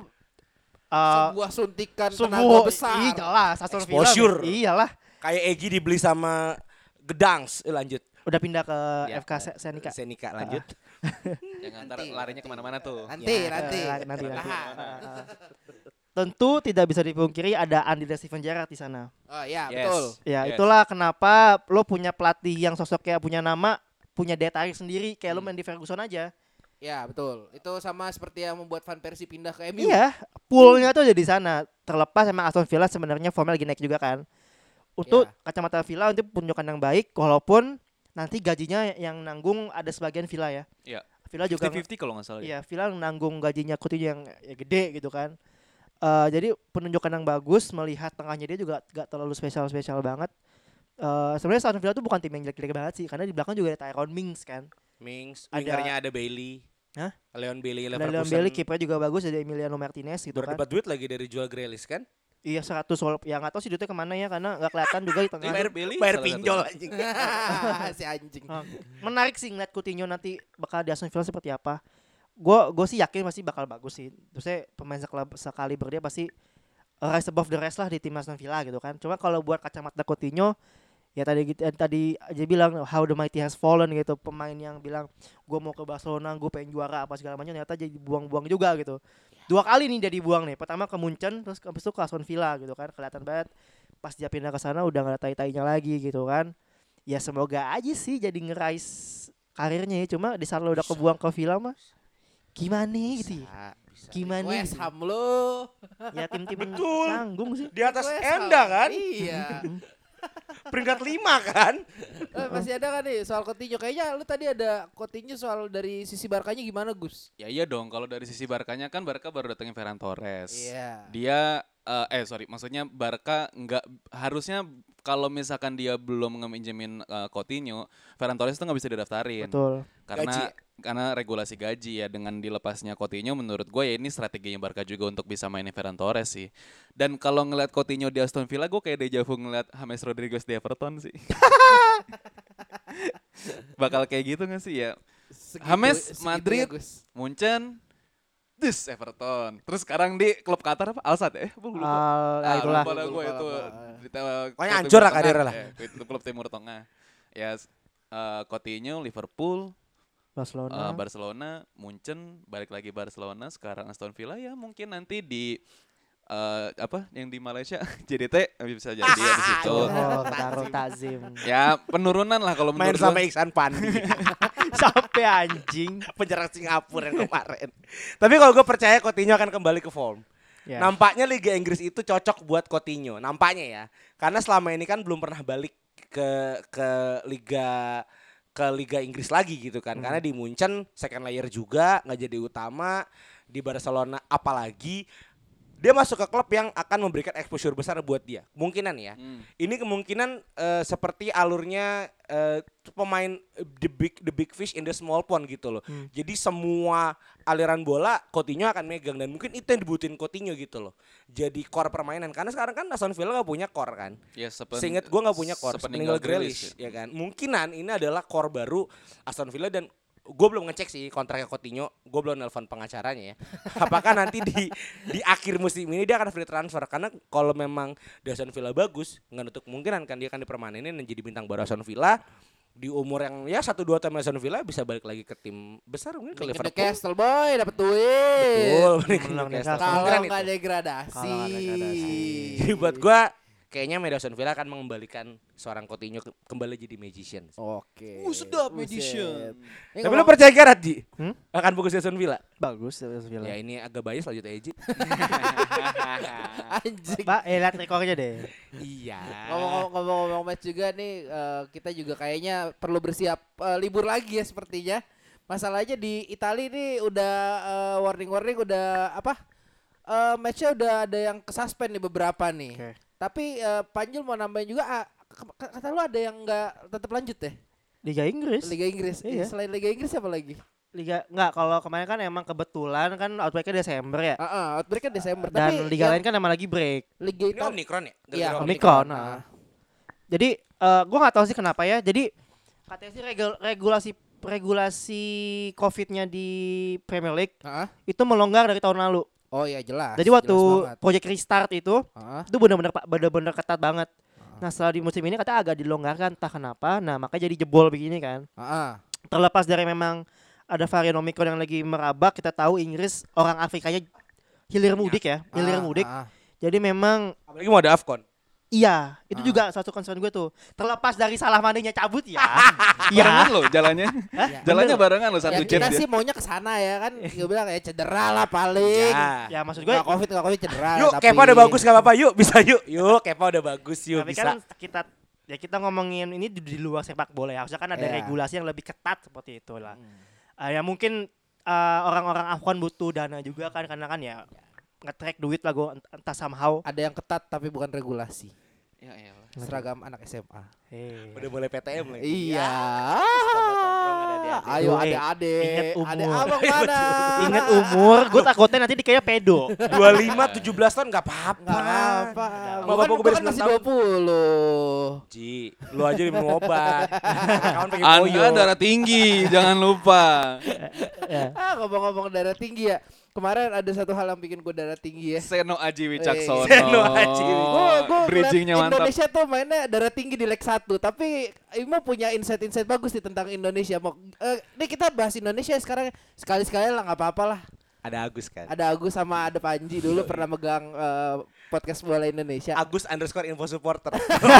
uh, Sebuah suntikan tenaga sebuah besar. iya jelas Aston Villa. Exposure. Iyalah. Kayak Egi dibeli sama Gedangs. Eh, lanjut. Udah pindah ke Ya, F K Se- Senika. Senika lanjut. Jangan ntar larinya kemana-mana tuh. Nanti, Ya, nanti. Eh, nanti, nanti. Nah. Tentu tidak bisa dipungkiri ada Andy dan Steven Gerrard di sana. Oh iya, Yes. betul. Ya Yes. itulah kenapa lo punya pelatih yang sosoknya punya nama, punya daya tarik sendiri kayak lo Hmm. main di Ferguson aja. Ya, betul. Itu sama seperti yang membuat Van Persie pindah ke M U. Iya, poolnya tuh ada di sana. Terlepas emang Aston Villa sebenarnya formnya lagi naik juga kan. Untuk Iya. kacamata Villa untuk penunjukan yang baik, walaupun nanti gajinya yang nanggung ada sebagian Villa ya. Iya. Villa juga lima puluh kalau nggak salah. ya. iya, Villa nanggung gajinya Coutinho yang ya gede gitu kan. Eh jadi penunjukan yang bagus, melihat tengahnya dia juga gak terlalu spesial-spesial banget. Eh sebenarnya Aston Villa tuh bukan tim yang jelek-jelek banget sih, karena di belakang juga ada Tyrone Mings kan. Mings, Ada- wingernya ada Bailey. Hah? Leon Bailey Dan Leverkusen. Leon Bailey kipernya juga bagus, ada Emiliano Martinez gitu kan. Berdebat duit lagi dari jual Grealish kan? Iya seratus walaupun ya nggak tahu sih duitnya kemana ya karena nggak kelihatan juga di tengah. Bayar Bailey Bayar salah pinjol satu. anjing. si anjing. Ah, menarik sih ngeliat Coutinho nanti bakal di Aston Villa seperti apa. Gue gue sih yakin pasti bakal bagus sih. Terusnya pemain sekali sekali dia pasti rise above the rest lah di tim Aston Villa gitu kan. Cuma kalau buat kacamata Coutinho ya tadi gitu- eh, tadi aja bilang how the mighty has fallen gitu, pemain yang bilang gue mau ke Barcelona, gue pengen juara apa segala macam ternyata jadi buang-buang juga gitu. Dua kali nih jadi buang nih. Pertama ke Munchen, terus habis itu ke Aston Villa gitu kan. Kelihatan banget pas dia pindah ke sana udah gak ada tai-tainya lagi gitu kan. Ya semoga aja sih jadi ngerais karirnya ya. Cuma di saat lo udah kebuang ke Villa mah gimana gitu ya? Gimana West gitu? Ham lo. Ya tim-tim Betul. tanggung sih. Di atas West Ham. Enda kan? Iya. Peringkat lima kan? Eh, masih ada kan nih soal Coutinho. Kayaknya lu tadi ada Coutinho soal dari sisi Barkanya gimana Gus? Ya iya dong, kalau dari sisi Barkanya kan Barca baru datengin Ferran Torres. Iya. Dia eh, eh sorry, maksudnya Barca nggak harusnya kalau misalkan dia belum ngeminjemin uh, Coutinho, Ferran Torres itu nggak bisa didaftarin. Betul. Karena Gaji. karena regulasi gaji ya, dengan dilepasnya Coutinho menurut gue ya ini strateginya Barca juga untuk bisa mainin Ferran Torres sih. Dan kalau ngeliat Coutinho di Aston Villa, gue kayak deja vu ngeliat James Rodriguez di Everton sih. Bakal kayak gitu gak sih ya? Segitu- James segitu Madrid. ya, Gus. Munchen, dus Everton. Terus sekarang di klub Qatar apa? Al Sadd ya? Eh, gue lupa. Al, ah, Ah, itulah. Lupa lah Lupa, gue itu. lupa. Di te- Pokoknya klub hancur Timur lah Tengah. karirnya lah. Eh, itu klub Timur Tengah. Ya, eh, Coutinho, Liverpool, Barcelona. eh, Barcelona, Munchen, balik lagi Barcelona, sekarang Aston Villa ya mungkin nanti di eh, apa yang di Malaysia J D T bisa jadi ya di situ. Oh, Darul Tazim. Ya penurunan lah kalau Main menurut sama gue. Iksan Pandi. Sampai anjing. Penyerang Singapura yang kemarin. Tapi kalau gue percaya Coutinho akan kembali ke form. Ya. Nampaknya Liga Inggris itu cocok buat Coutinho. Nampaknya ya. Karena selama ini kan belum pernah balik ke ke liga ke Liga Inggris lagi gitu kan. Karena di Munchen second layer juga nggak jadi utama, di Barcelona apalagi dia masuk ke klub yang akan memberikan exposure besar buat dia. Kemungkinan ya. Hmm. Ini kemungkinan uh, seperti alurnya uh, pemain uh, the big the big fish in the small pond gitu loh. Hmm. Jadi semua aliran bola Coutinho akan megang dan mungkin itu yang dibutuhin Coutinho gitu loh. Jadi core permainan karena sekarang kan Aston Villa gak punya core kan. Ya, sepen, Seingat gue gak punya core, sepeninggal sepeninggal Grealish Grealish, ya kan. Mungkinan ini adalah core baru Aston Villa dan gue belum ngecek sih kontraknya Coutinho, gue belum nelpon pengacaranya ya. Apakah nanti di di akhir musim ini dia akan free transfer? Karena kalau memang di Aston Villa bagus, nggak nutup kemungkinan kan dia akan dipermanenin dan jadi bintang baru Aston Villa di umur yang ya satu dua tahun Aston Villa bisa balik lagi ke tim besar mungkin ke Ke Liverpool. Newcastle boy dapat duit. Betul, mending ke Menang Newcastle. Newcastle. Kalau Kemungkinan nggak itu. degradasi. Kalau nggak degradasi. Jadi buat gue kayaknya media Aston Villa akan mengembalikan seorang Coutinho ke- kembali jadi magician. Oke. Uh, sedap Buset. magician. Ini Tapi lu ngomong- percaya Gareth Ji? Hmm? Akan bagus di Aston Villa? Bagus Aston Villa. Ya ini agak bias lanjut aja Ji. anjing. Mbak, eh lihat rekornya deh. Iya. Ngomong-ngomong ngomong-ngomong match juga nih eh, kita juga kayaknya perlu bersiap eh, libur lagi ya sepertinya. Masalahnya di Italia ini udah eh, warning-warning udah apa? Eh, matchnya udah ada yang kesuspend nih beberapa nih. Oke. Tapi eh, Panjul mau nambahin juga ah, k- k- kata lu ada yang nggak tetap lanjut ya? Liga Inggris. Liga Inggris. Iya. Eh, Selain Liga Inggris apa lagi? Liga enggak, kalau kemarin kan emang kebetulan kan outbreak-nya Desember ya. Ah, ah, outbreak-nya Desember. Dan Tapi liga yang lain kan emang lagi break. Liga Ini Italia Omicron ya? Iya, Gara-gara Omicron, ah. ah. Jadi eh gua nggak tahu sih kenapa ya. Jadi katanya sih regul- regulasi regulasi Covid-nya di Premier League Ah, itu melonggar dari tahun lalu. oh ya jelas. Jadi waktu jelas banget. Project Restart itu Ah, itu benar-benar benar-benar ketat banget. Nah setelah di musim ini kata agak dilonggarkan entah kenapa. Nah makanya jadi jebol begini kan. ah, ah. Terlepas dari memang ada varian Omicron yang lagi merabak, kita tahu Inggris orang Afrikanya hilir mudik ya, hilir Ah, mudik. ah, ah. Jadi memang Apalagi mau ada AFCON. iya, itu Ah. juga satu concern gue tuh. Terlepas dari salah mandinya cabut ya. Barengan Iya. loh jalannya. Ya. Jalannya barengan loh Ya, satu kita jet dia. sih maunya ke sana ya kan. Gue bilang ya cedera lah paling. Ya. Ya maksud gue Nggak covid nggak covid cedera. Yuk, tapi... Kepa udah bagus gak apa-apa. Yuk, bisa yuk. Yuk, Kepa udah bagus yuk tapi bisa. kan kita ya kita ngomongin ini di, di luar sepak bola ya. Harusnya kan ada Iya. regulasi yang lebih ketat seperti itu lah. Hmm. Eh, ya mungkin eh, orang-orang Afgan butuh dana juga kan karena kan ya nge-track duit lah gue entah somehow. Ada yang ketat tapi bukan regulasi. Ya elah. Seragam anak S M A. Hey. Udah mulai P T M lagi. Iya. tongkrong ada adik-adik. Ayo Tuh, eh, adik-adik. ingat umur. Adik abang mana? Ingat umur, gue takutnya nanti dikira pedo. dua puluh lima tujuh belas tahun gak apa-apa. Enggak apa. Mau Gua kan, bapak gue gua beres kan enam masih tahun. dua puluh. Ji, lu aja minum obat. Kawan pengen Anda koyo. darah tinggi, jangan lupa. Ya. Ah ngomong-ngomong darah tinggi ya. Kemarin ada satu hal yang bikin gue darah tinggi ya. Seno Aji Wicaksono. Seno Aji. Gue gue Bridgingnya mantap. Indonesia tuh mainnya darah tinggi di leg satu. Tapi Imo punya insight-insight bagus nih tentang Indonesia. Mau, eh, ini kita bahas Indonesia sekarang sekali-sekali lah nggak apa-apa lah. Ada Agus kan. Ada Agus sama ada Panji dulu pernah megang eh, podcast bola Indonesia. Agus underscore info supporter.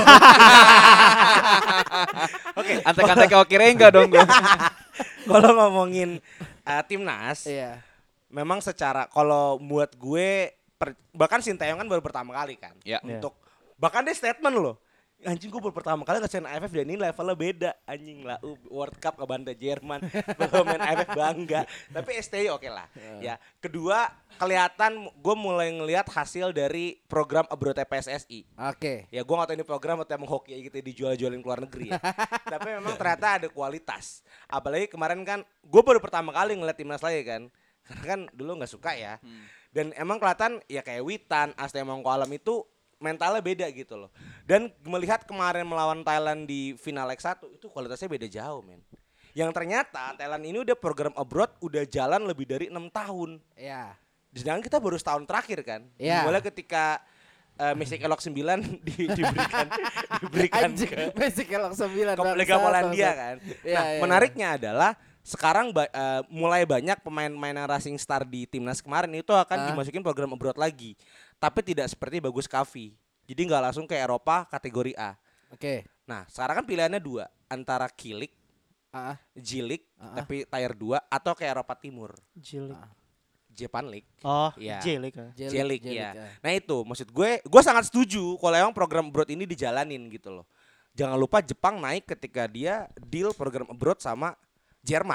Oke, Antek-antek oke enggak dong gue. kalau ngomongin uh, timnas, Iya. memang secara kalau buat gue per- bahkan Sintayong kan baru pertama kali kan Ya. untuk bahkan dia statement loh. Anjing gue baru pertama kali ngasihin A F F dan ini levelnya beda. Anjing lah uh, World Cup ke bantai Jerman. Belum main A F F bangga. Tapi S T I oke lah. Ya. Kedua, kelihatan gue mulai ngelihat hasil dari program abroad P S S I. Oke. Ya gue gak tau ini program atau emang hoki gitu dijual-jualin ke luar negeri ya. Tapi memang ternyata ada kualitas. Apalagi kemarin kan gue baru pertama kali ngeliat timnas lagi kan. Karena kan dulu gak suka ya. Dan emang kelihatan ya kayak Witan, Astea Mangko Alam itu mentalnya beda gitu loh. Dan melihat kemarin melawan Thailand di final leg satu itu kualitasnya beda jauh men. Yang ternyata Thailand ini udah program abroad udah jalan lebih dari enam tahun. Iya. Sedangkan kita baru setahun terakhir kan. Iya. Mulai ketika uh, Messi Kelok sembilan di, diberikan diberikan Anjing, ke, Messi kelok sembilan. ke bangsat, Liga Polandia bangsat. kan. Iya, Nah, iya, menariknya adalah sekarang ba- uh, mulai banyak pemain-pemain yang Racing Star di timnas kemarin itu akan Ah. dimasukin program abroad lagi. Tapi tidak seperti Bagus Kavi. Jadi nggak langsung ke Eropa kategori A. Oke. Nah, sekarang kan pilihannya dua, antara Kilik, Ah, Jilik, Ah. tapi tier dua atau ke Eropa Timur, Jilik. Japan League. Oh, Iya. Jilik. ah. Jelik, Jelik, jelik, ya. ah. Nah itu maksud gue, gue sangat setuju kalau emang program abroad ini dijalanin gitu loh. Jangan lupa Jepang naik ketika dia deal program abroad sama Jerman.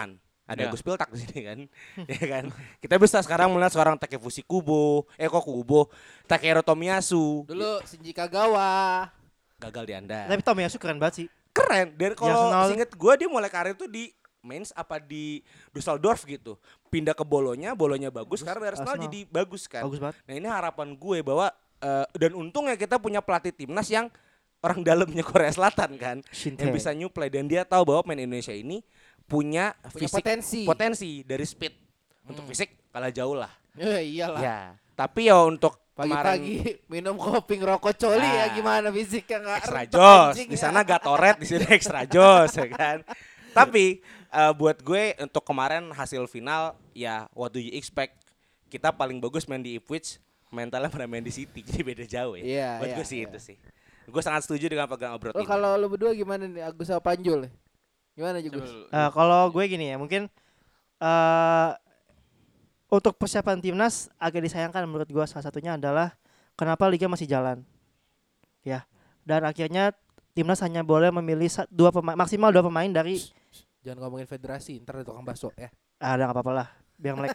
Ada Ya. Gus Piltak di sini kan. Ya kan. Kita bisa sekarang melihat seorang Takefushi Kubo, eh kok Kubo, Takehiro Tomiyasu. Dulu Shinji Kagawa. Gagal di Anda. Tapi Tomiyasu keren banget sih. Keren. Dan kalau Arsenal. seinget gue dia mulai karir tuh di Mainz apa di Düsseldorf gitu. Pindah ke Bolonya, Bolonya bagus, karena dari Arsenal Arsenal. jadi bagus kan. Bagus banget. Nah ini harapan gue bahwa uh, dan untungnya kita punya pelatih timnas yang orang dalamnya Korea Selatan kan, Shin yang Tae. bisa nyuplai dan dia tahu bahwa pemain Indonesia ini punya, Punya fisik potensi. potensi dari speed. Untuk Hmm. fisik kalah jauh lah. Eh, iyalah. Ya, tapi ya untuk Pagi-pagi minum kopi ngerokok coli ya Ah. gimana fisiknya nggak extra retak, jos. anjing, Di ya. sana Gatorade, di sini extra jos ya kan. Tapi uh, buat gue untuk kemarin hasil final ya what do you expect? Kita paling bagus main di Ipswich, mentalnya pada main di City. Jadi beda jauh ya. Iya, buat iya, gue sih iya. itu sih. Gue sangat setuju dengan pegang obrol Oh, ini. kalau lu berdua gimana nih Agus sama Panjul? Gimana juga? Eh, kalau gue gini ya, mungkin eh untuk persiapan timnas agak disayangkan menurut gue, salah satunya adalah kenapa liga masih jalan, ya. Dan akhirnya timnas hanya boleh memilih sa- dua pemain, maksimal dua pemain dari, Jangan ngomongin federasi, ntar ada tukang bakso ya. ah udah nggak apa-apa lah, biar melek.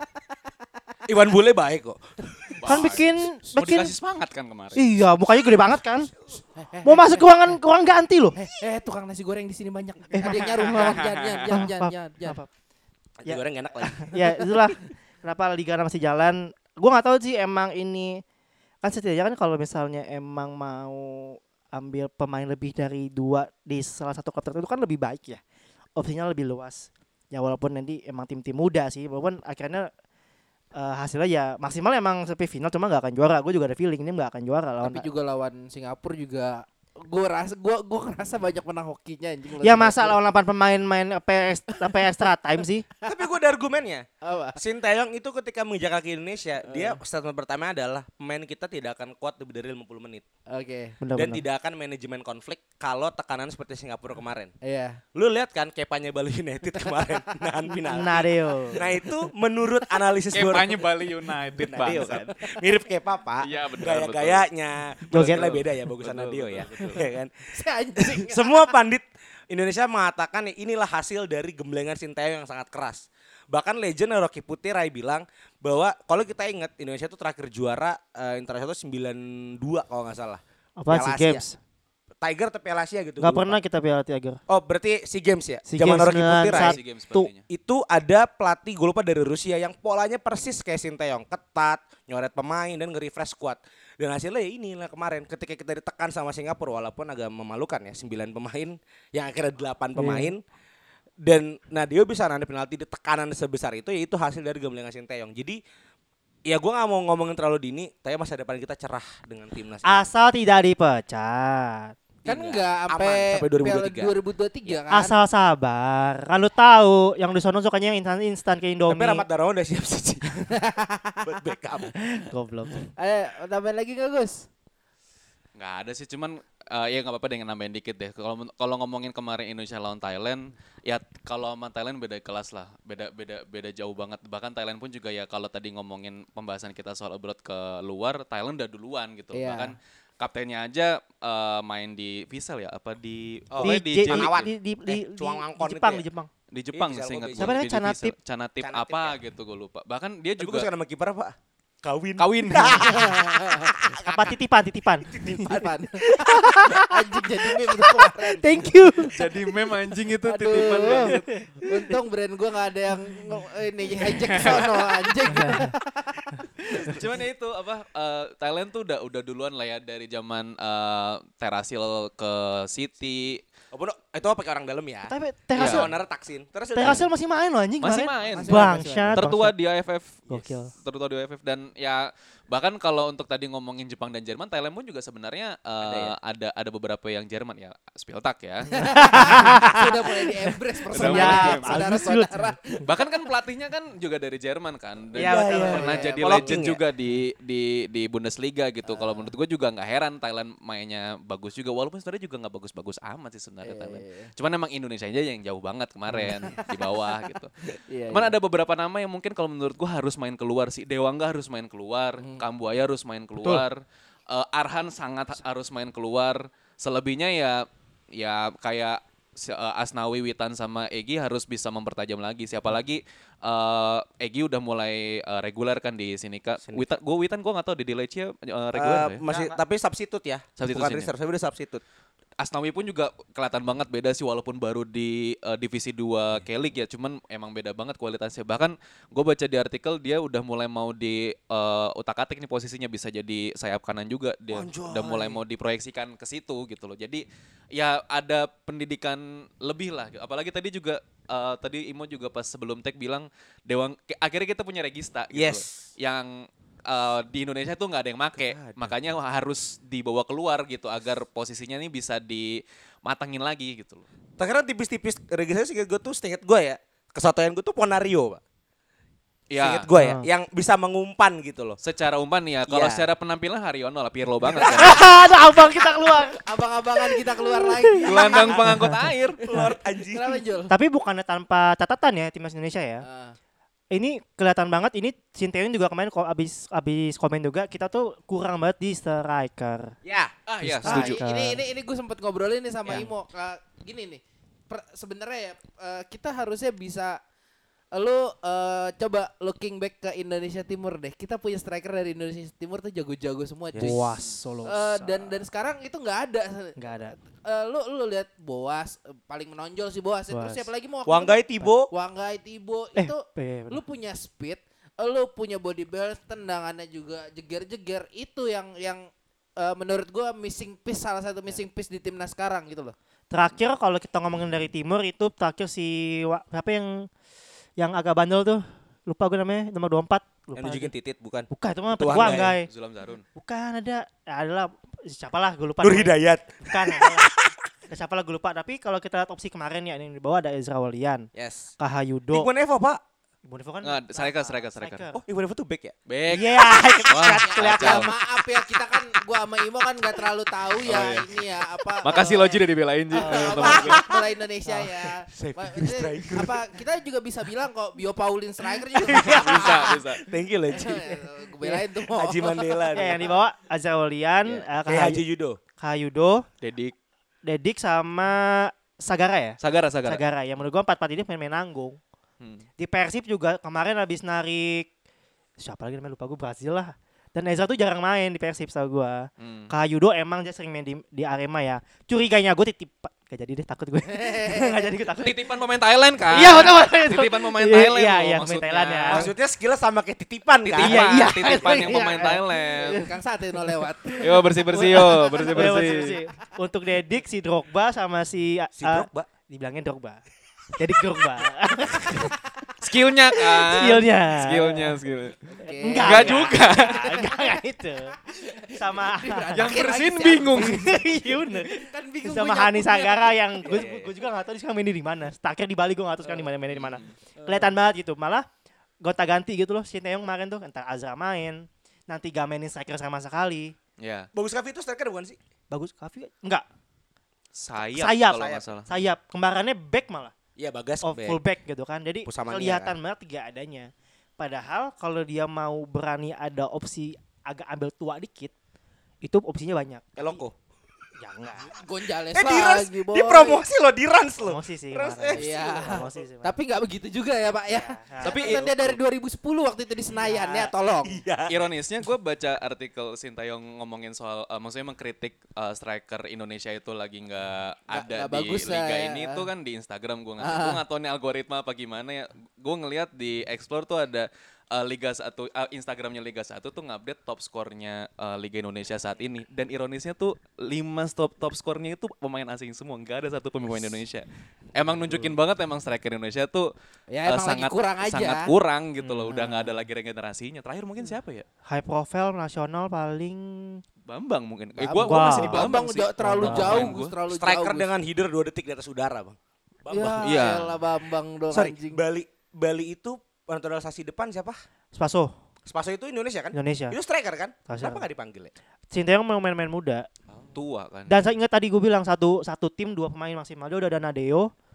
Iwan Bule baik kok. Kan bikin, Mau bikin, dikasih semangat kan kemarin. iya mukanya gede banget kan. Mau masuk ke ruangan, ke ruangan ganti loh. Eh, eh tukang nasi goreng di sini banyak. Eh, Ada yang nyaru, jangan, jangan, jangan, jangan, jangan, jangan, jangan. Maaf, maaf. Ya. Ya. Goreng enak lagi. Ya itulah kenapa liga masih jalan. Gue nggak tahu sih emang ini kan setidaknya kan kalau misalnya emang mau ambil pemain lebih dari dua di salah satu klub tertentu kan lebih baik ya, opsinya lebih luas ya, walaupun nanti emang tim-tim muda sih, walaupun akhirnya eh, hasilnya ya maksimal emang sampai final, cuma nggak akan juara. Gue juga ada feeling ini nggak akan juara lawan. Tapi juga lawan Singapura juga gue rasa gue gue ngerasa banyak menang hokinya anjing. lawan Ya masa Singapura. lawan delapan pemain main sampai sampai extra time sih. Tapi gue ada argumennya. Apa? Sinteyong itu ketika menginjak kaki Indonesia, dia statement pertama adalah pemain kita tidak akan kuat lebih dari lima puluh menit. Oke. Dan Benar-benar. tidak akan manajemen konflik kalau tekanan seperti Singapura kemarin. Iya. Lu lihat kan kepanya Bali United kemarin nahan penalti. Nadeo. Nah itu menurut analisis gue Kepanya Bali United Nadeo bang. kan. Mirip Kepa Pak. Iya, benar, Gaya-gayanya. Joget. Jogetnya beda ya bagusan Betul, Nadeo betul, ya. betul. Ya kan. Si anjing. Semua pandit Indonesia mengatakan inilah hasil dari gemblengan Sinteyong yang sangat keras. Bahkan legend Rocky Putirai bilang bahwa kalau kita ingat Indonesia itu terakhir juara uh, internasional sembilan dua kalau nggak salah. Apa Piala sih Asia. games? Tiger atau Piala Asia gitu. Nggak gua lupa. pernah kita Piala Tiger. Oh berarti SEA Games ya? SEA Zaman Games Rocky Putirai. SEA Games Tuh. sepertinya. Itu ada pelatih gue lupa dari Rusia yang polanya persis kayak Sinteyong, ketat, nyoret pemain dan nge-refresh squad. Dan hasilnya ya inilah kemarin ketika kita ditekan sama Singapura walaupun agak memalukan ya, sembilan pemain yang akhirnya delapan pemain. Dan Nadeo bisa nahan penalti di tekanan sebesar itu, ya itu hasil dari gemblengan Sinteyong. Jadi ya gue gak mau ngomongin terlalu dini, tapi masa depan kita cerah dengan timnas ini. Asal tidak dipecat. Kan Tidak. enggak Aman sampai sampai dua ribu dua puluh Piala tiga. dua ribu dua puluh tiga kan. Asal sabar. Kalau tahu yang di sono sukanya yang instan instan kayak Indomie. Tapi Rahmat Darmawan udah siap sih buat backup. Goblok. Ayo tambahin lagi enggak Gus? Nggak ada sih, cuman eh, ya nggak apa-apa dengan nambahin dikit deh. Kalau kalau ngomongin kemarin Indonesia lawan Thailand, ya kalau sama Thailand beda kelas lah, beda beda beda jauh banget. Bahkan Thailand pun juga ya kalau tadi ngomongin pembahasan kita soal abroad ke luar, Thailand udah duluan gitu. Iya. Bahkan kaptennya aja eh, main di Vissel ya, apa di Oh, pokoknya di, di, di, J- Manawan. di, di, di, Eh, di, Chuangangkon di itu Jepang, ya? di Jepang. di Jepang Vissel seingat Kobe. gue. Siapa namanya? Di- di Canatip? Vissel. Canatip Canatip apa ya. gitu gue lupa. Bahkan dia Tapi gue juga suka nama kiper apa? Kawin. kawin. Apa titipan, titipan. Titipan. Anjing jadi meme tuh kemarin. Thank you. Jadi meme anjing itu titipan Aduh. banget. Untung brand gua enggak ada yang nge- ini hijack sono anjing. Cuman ya itu apa eh, Thailand tuh udah udah duluan lah ya dari zaman eh, Terasil ke City. Oh, Bono, itu apa pakai orang dalam ya? Tapi Terus Terasil, owner Taksin. Terus Terasil masih main loh anjing. Masih kemarin. main. Masih main, masih Bangsat. Tertua bangsat. di A F F. Gokil. Tertua di A F F dan ya bahkan kalau untuk tadi ngomongin Jepang dan Jerman, Thailand pun juga sebenarnya eh, Ada ya? ada ada beberapa yang Jerman ya, Spiltak ya. Sudah mulai di embrace Udah persaudaraan mulai di- saudara-saudara. Bahkan kan pelatihnya kan juga dari Jerman kan. Dan Iya, dia betul, pernah iya. jadi Polocking legend ya? juga di di di Bundesliga gitu. Kalau menurut gue juga nggak heran Thailand mainnya bagus juga walaupun sebenarnya juga nggak bagus-bagus amat sih sebenarnya Thailand. Cuman emang Indonesia aja yang jauh banget kemarin di bawah gitu. Iya, Cuman iya. ada beberapa nama yang mungkin kalau menurut gua harus main keluar sih. Dewangga harus main keluar, Kambuaya harus main keluar, eh, Arhan sangat ha- harus main keluar. Selebihnya ya ya kayak si- uh, Asnawi, Witan sama Egi harus bisa mempertajam lagi. Siapa lagi uh, Egi udah mulai uh, reguler kan di Sinika. Witan, gue Witan gue nggak tahu di Dilecia uh, reguler Eh, nggak ya? masih tapi substitute ya. Substitute Bukan sini. reserve, tapi udah substitute. Asnawi pun juga kelihatan banget beda sih walaupun baru di uh, divisi dua K-League ya, cuman emang beda banget kualitasnya. Bahkan gue baca di artikel dia udah mulai mau di uh, utak-atik nih posisinya, bisa jadi sayap kanan juga, dia Anjay. udah mulai mau diproyeksikan ke situ gitu loh. Jadi ya ada pendidikan lebih lah. Apalagi tadi juga uh, tadi Imo juga pas sebelum tag bilang Dewang akhirnya kita punya regista gitu Yes. loh, yang Uh, di Indonesia tuh nggak ada yang make, makanya harus dibawa keluar gitu agar posisinya ini bisa dimatangin lagi gitu loh. Terakhir tipis-tipis registrasi seinget gue tuh seinget gue ya. Kesatuan gue tuh Ponario, Pak. Ya, Seinget gue ya, Ah. yang bisa mengumpan gitu loh. secara umpan ya, kalau Iya. secara penampilan Haryono lah, Pirlo banget kan. Ada abang kita keluar. Abang-abangan kita keluar lagi. Gelandang pengangkut air. Lord anjing. Kenapa Jul? Tapi bukannya tanpa catatan ya timnas Indonesia ya. Ah. Ini kelihatan banget, ini Sinteyong juga kemarin kok abis abis komen juga, kita tuh kurang banget di striker. Ya. Ah ya, Ah, setuju. i- ini ini ini gue sempet ngobrolin nih sama Ya. Imo. Ka- gini nih. per- Sebenarnya ya eh, kita harusnya bisa lu eh, coba looking back ke Indonesia Timur deh. Kita punya striker dari Indonesia Timur tuh jago-jago semua cuy. Boas Solo. Eh, dan dan sekarang itu nggak ada. Nggak ada. Eh, lu lu lihat Boas eh, paling menonjol sih Boas. Terus Boas. siapa lagi mau? Wanggai Tibo. Wanggai Tibo Eh, itu eh, lu punya speed, lu punya body balance, tendangannya juga jeger-jeger. Itu yang yang eh, menurut gua missing piece, salah satu missing piece di timnas sekarang gitu loh. Terakhir kalau kita ngomongin dari timur itu terakhir si wa- siapa yang yang agak bandel tuh, lupa gue namanya, nomor dua puluh empat. Lupa Yang nunjukin lagi. titit bukan. Bukan, itu mah Itu petuang Wanggai. guys. Zulam Zarun. Bukan, ada ya, adalah siapa lah gue lupa. Nur namanya. Hidayat. Bukan. adalah- siapa lah gue lupa, tapi kalau kita lihat opsi kemarin ya yang di bawah ada Ezra Walian, Yes. Kahayudo. Iqbal Evo, Pak. Ibu kan Nggak, striker, striker, striker. Oh, Iqbal Evo tuh back ya? Back. Iya, Wah, kelihatan. Ya kacau. maaf ya, kita kan gua sama Imo kan nggak terlalu tahu ya Oh, iya. ini ya apa. Makasih eh, Loji udah dibelain Ji. eh, Teman-teman apa, gue. bola Indonesia ya. Saya Ma- pikir maksudnya, striker. apa kita juga bisa bilang kok Bio Paulin striker juga bisa. Bisa, bisa. Thank you, Leji. Gue belain tuh mau. Haji Mandela. Ya, yang di bawah Ezra Walian, Iya. eh, Kayak Haji Kahayu- Judo. Kahayudo, Dedik. Dedik sama Sagara ya? Sagara, Sagara. Sagara. Yang menurut gua empat empat ini main-main nanggung. Hmm. Di Persib juga kemarin habis narik siapa lagi namanya, lupa gue, Brazil lah. Dan Ezra tuh jarang main di Persib setahu gua. Hmm. Kayudo emang dia sering main di, di Arema ya. Curiganya gue titip gak jadi deh, takut gue. Gak jadi gue takut. Titipan pemain Thailand kan? Iya, betul, betul, betul. Titipan pemain Iya, Thailand iya, loh iya, pemain maksudnya. Thailand ya. Maksudnya skillnya sama kayak titipan kan? Titipan, Iya, iya. titipan yang Iya. pemain Thailand. Kang Sate no lewat. Yo bersih-bersih yo, Iya, bersih-bersih. bersih-bersih. Untuk Dedik si Drogba sama si Si uh, Drogba. dibilangin Drogba. Dedik Drogba. Skillnya kan. Skillnya. Skillnya, skillnya. Oke. Enggak, Enggak juga. Enggak, enggak itu. Sama Yang Oke, bersin lagi bingung. Iya bener. Kan bingung Sama gua Hani nyambungnya. Sagara yang gue Iya, iya. gue juga nggak tahu dia sekarang mainnya di mana. Terakhir di Bali gue nggak tahu sekarang di mana mainnya di mana. Hmm. Kelihatan banget gitu. Malah gonta-ganti gitu loh. Sinteyong kemarin tuh entar Azra main, nanti gak mainin striker sama sekali. Ya, Bagus Kavi itu striker bukan sih? Bagus Kavi enggak. sayap, Sayap. kalau nggak Sayap. salah. Sayap kembarannya back malah. Iya, Bagas. Oh, back. full back gitu kan. Jadi Pusamania kelihatan kan. banget tiga adanya. Padahal kalau dia mau berani ada opsi agak ambil tua dikit, itu opsinya banyak. Eloko. Ya enggak. Gonjales Eh di Rans, lagi, boy. di promosi loh, di Rans loh. Promosi sih Rans kemarin. F C. Iya. Promosi sih. Tapi nggak begitu juga ya Pak ya. Nah, Tapi Kan dia dari dua ribu sepuluh waktu itu di Senayan ya, tolong. Iya. Ironisnya gue baca artikel Sintayong ngomongin soal uh, maksudnya mengkritik uh, striker Indonesia itu lagi nggak ada nggak di bagus lah liga ya. ini tuh kan di Instagram gue nggak Ah. gue nggak tahu nih algoritma apa gimana ya. Gue ngelihat di Explore tuh ada uh, Liga satu uh, Instagramnya Liga satu tuh ngupdate top skornya uh, Liga Indonesia saat ini, dan ironisnya tuh lima top top skornya itu pemain asing semua, nggak ada satu pemain Indonesia. Emang nunjukin banget emang striker Indonesia tuh Ya, uh, emang lagi sangat kurang aja. sangat kurang gitu loh, udah nggak ada lagi regenerasinya. Terakhir mungkin siapa ya? high profile nasional paling Bambang mungkin. Eh, Bambang. gua, gua masih di Bambang Bambang, sih. udah terlalu Bambang. jauh, Bambang Gus, gua. terlalu Striker jauh. Gus. dengan header dua detik di atas udara, Bang. Bambang. Ya, Iya. elah Bambang dong Sorry, anjing. Bali Bali itu naturalisasi depan siapa? Spaso Spaso itu Indonesia kan? Indonesia. Itu striker kan? Striker. Kenapa nggak dipanggil ya? Sinteyong mau main-main muda. Tua kan. Dan saya ingat tadi gue bilang satu satu tim dua pemain maksimal. Dia udah ada Nadeo,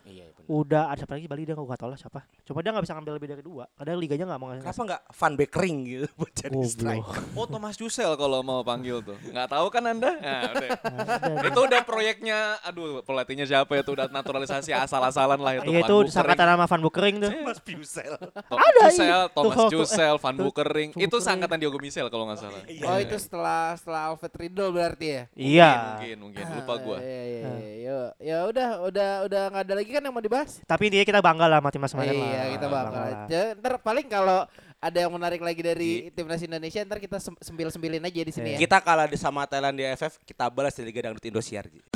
Iya, bener. Udah ada siapa lagi Bali dia nggak tahu lah siapa. Cuma dia nggak bisa ngambil lebih dari dua. Kadang liganya nggak mau ngasih. Kenapa nggak Van Beekering gitu buat jadi Goblok. striker? Oh Thomas Tuchel kalau mau panggil tuh. Nggak tahu kan Anda? Nah, udah. Ada. Itu udah proyeknya, aduh pelatihnya siapa ya, itu udah naturalisasi asal-asalan lah itu. Iya Van itu Boekeling. disangkatan sama Van Boekeling tuh. Mas Piusel. To- Ada, Tuchel, iya. Thomas Tuchel, Tuchel, Van Tuh- Boekeling. Van Itu Boekeling. seangkatan Diogo Michel kalau nggak salah. Oh itu setelah setelah Alfred Riedel berarti ya? Iya. Mungkin, mungkin. Lupa gua. Ah, Iya iya iya. Ya, ya udah udah udah nggak ada lagi kan yang mau dibahas? Tapi intinya kita bangga lah sama timnas kemarin lah. Iya kita bakal. lah. Ya, ntar paling kalau ada yang menarik lagi dari timnas Indonesia ntar kita sem- sembil-sembilin aja di sini ya. Kita kalah di sama Thailand di A F F, kita balas di Liga Dangdut Indosiar.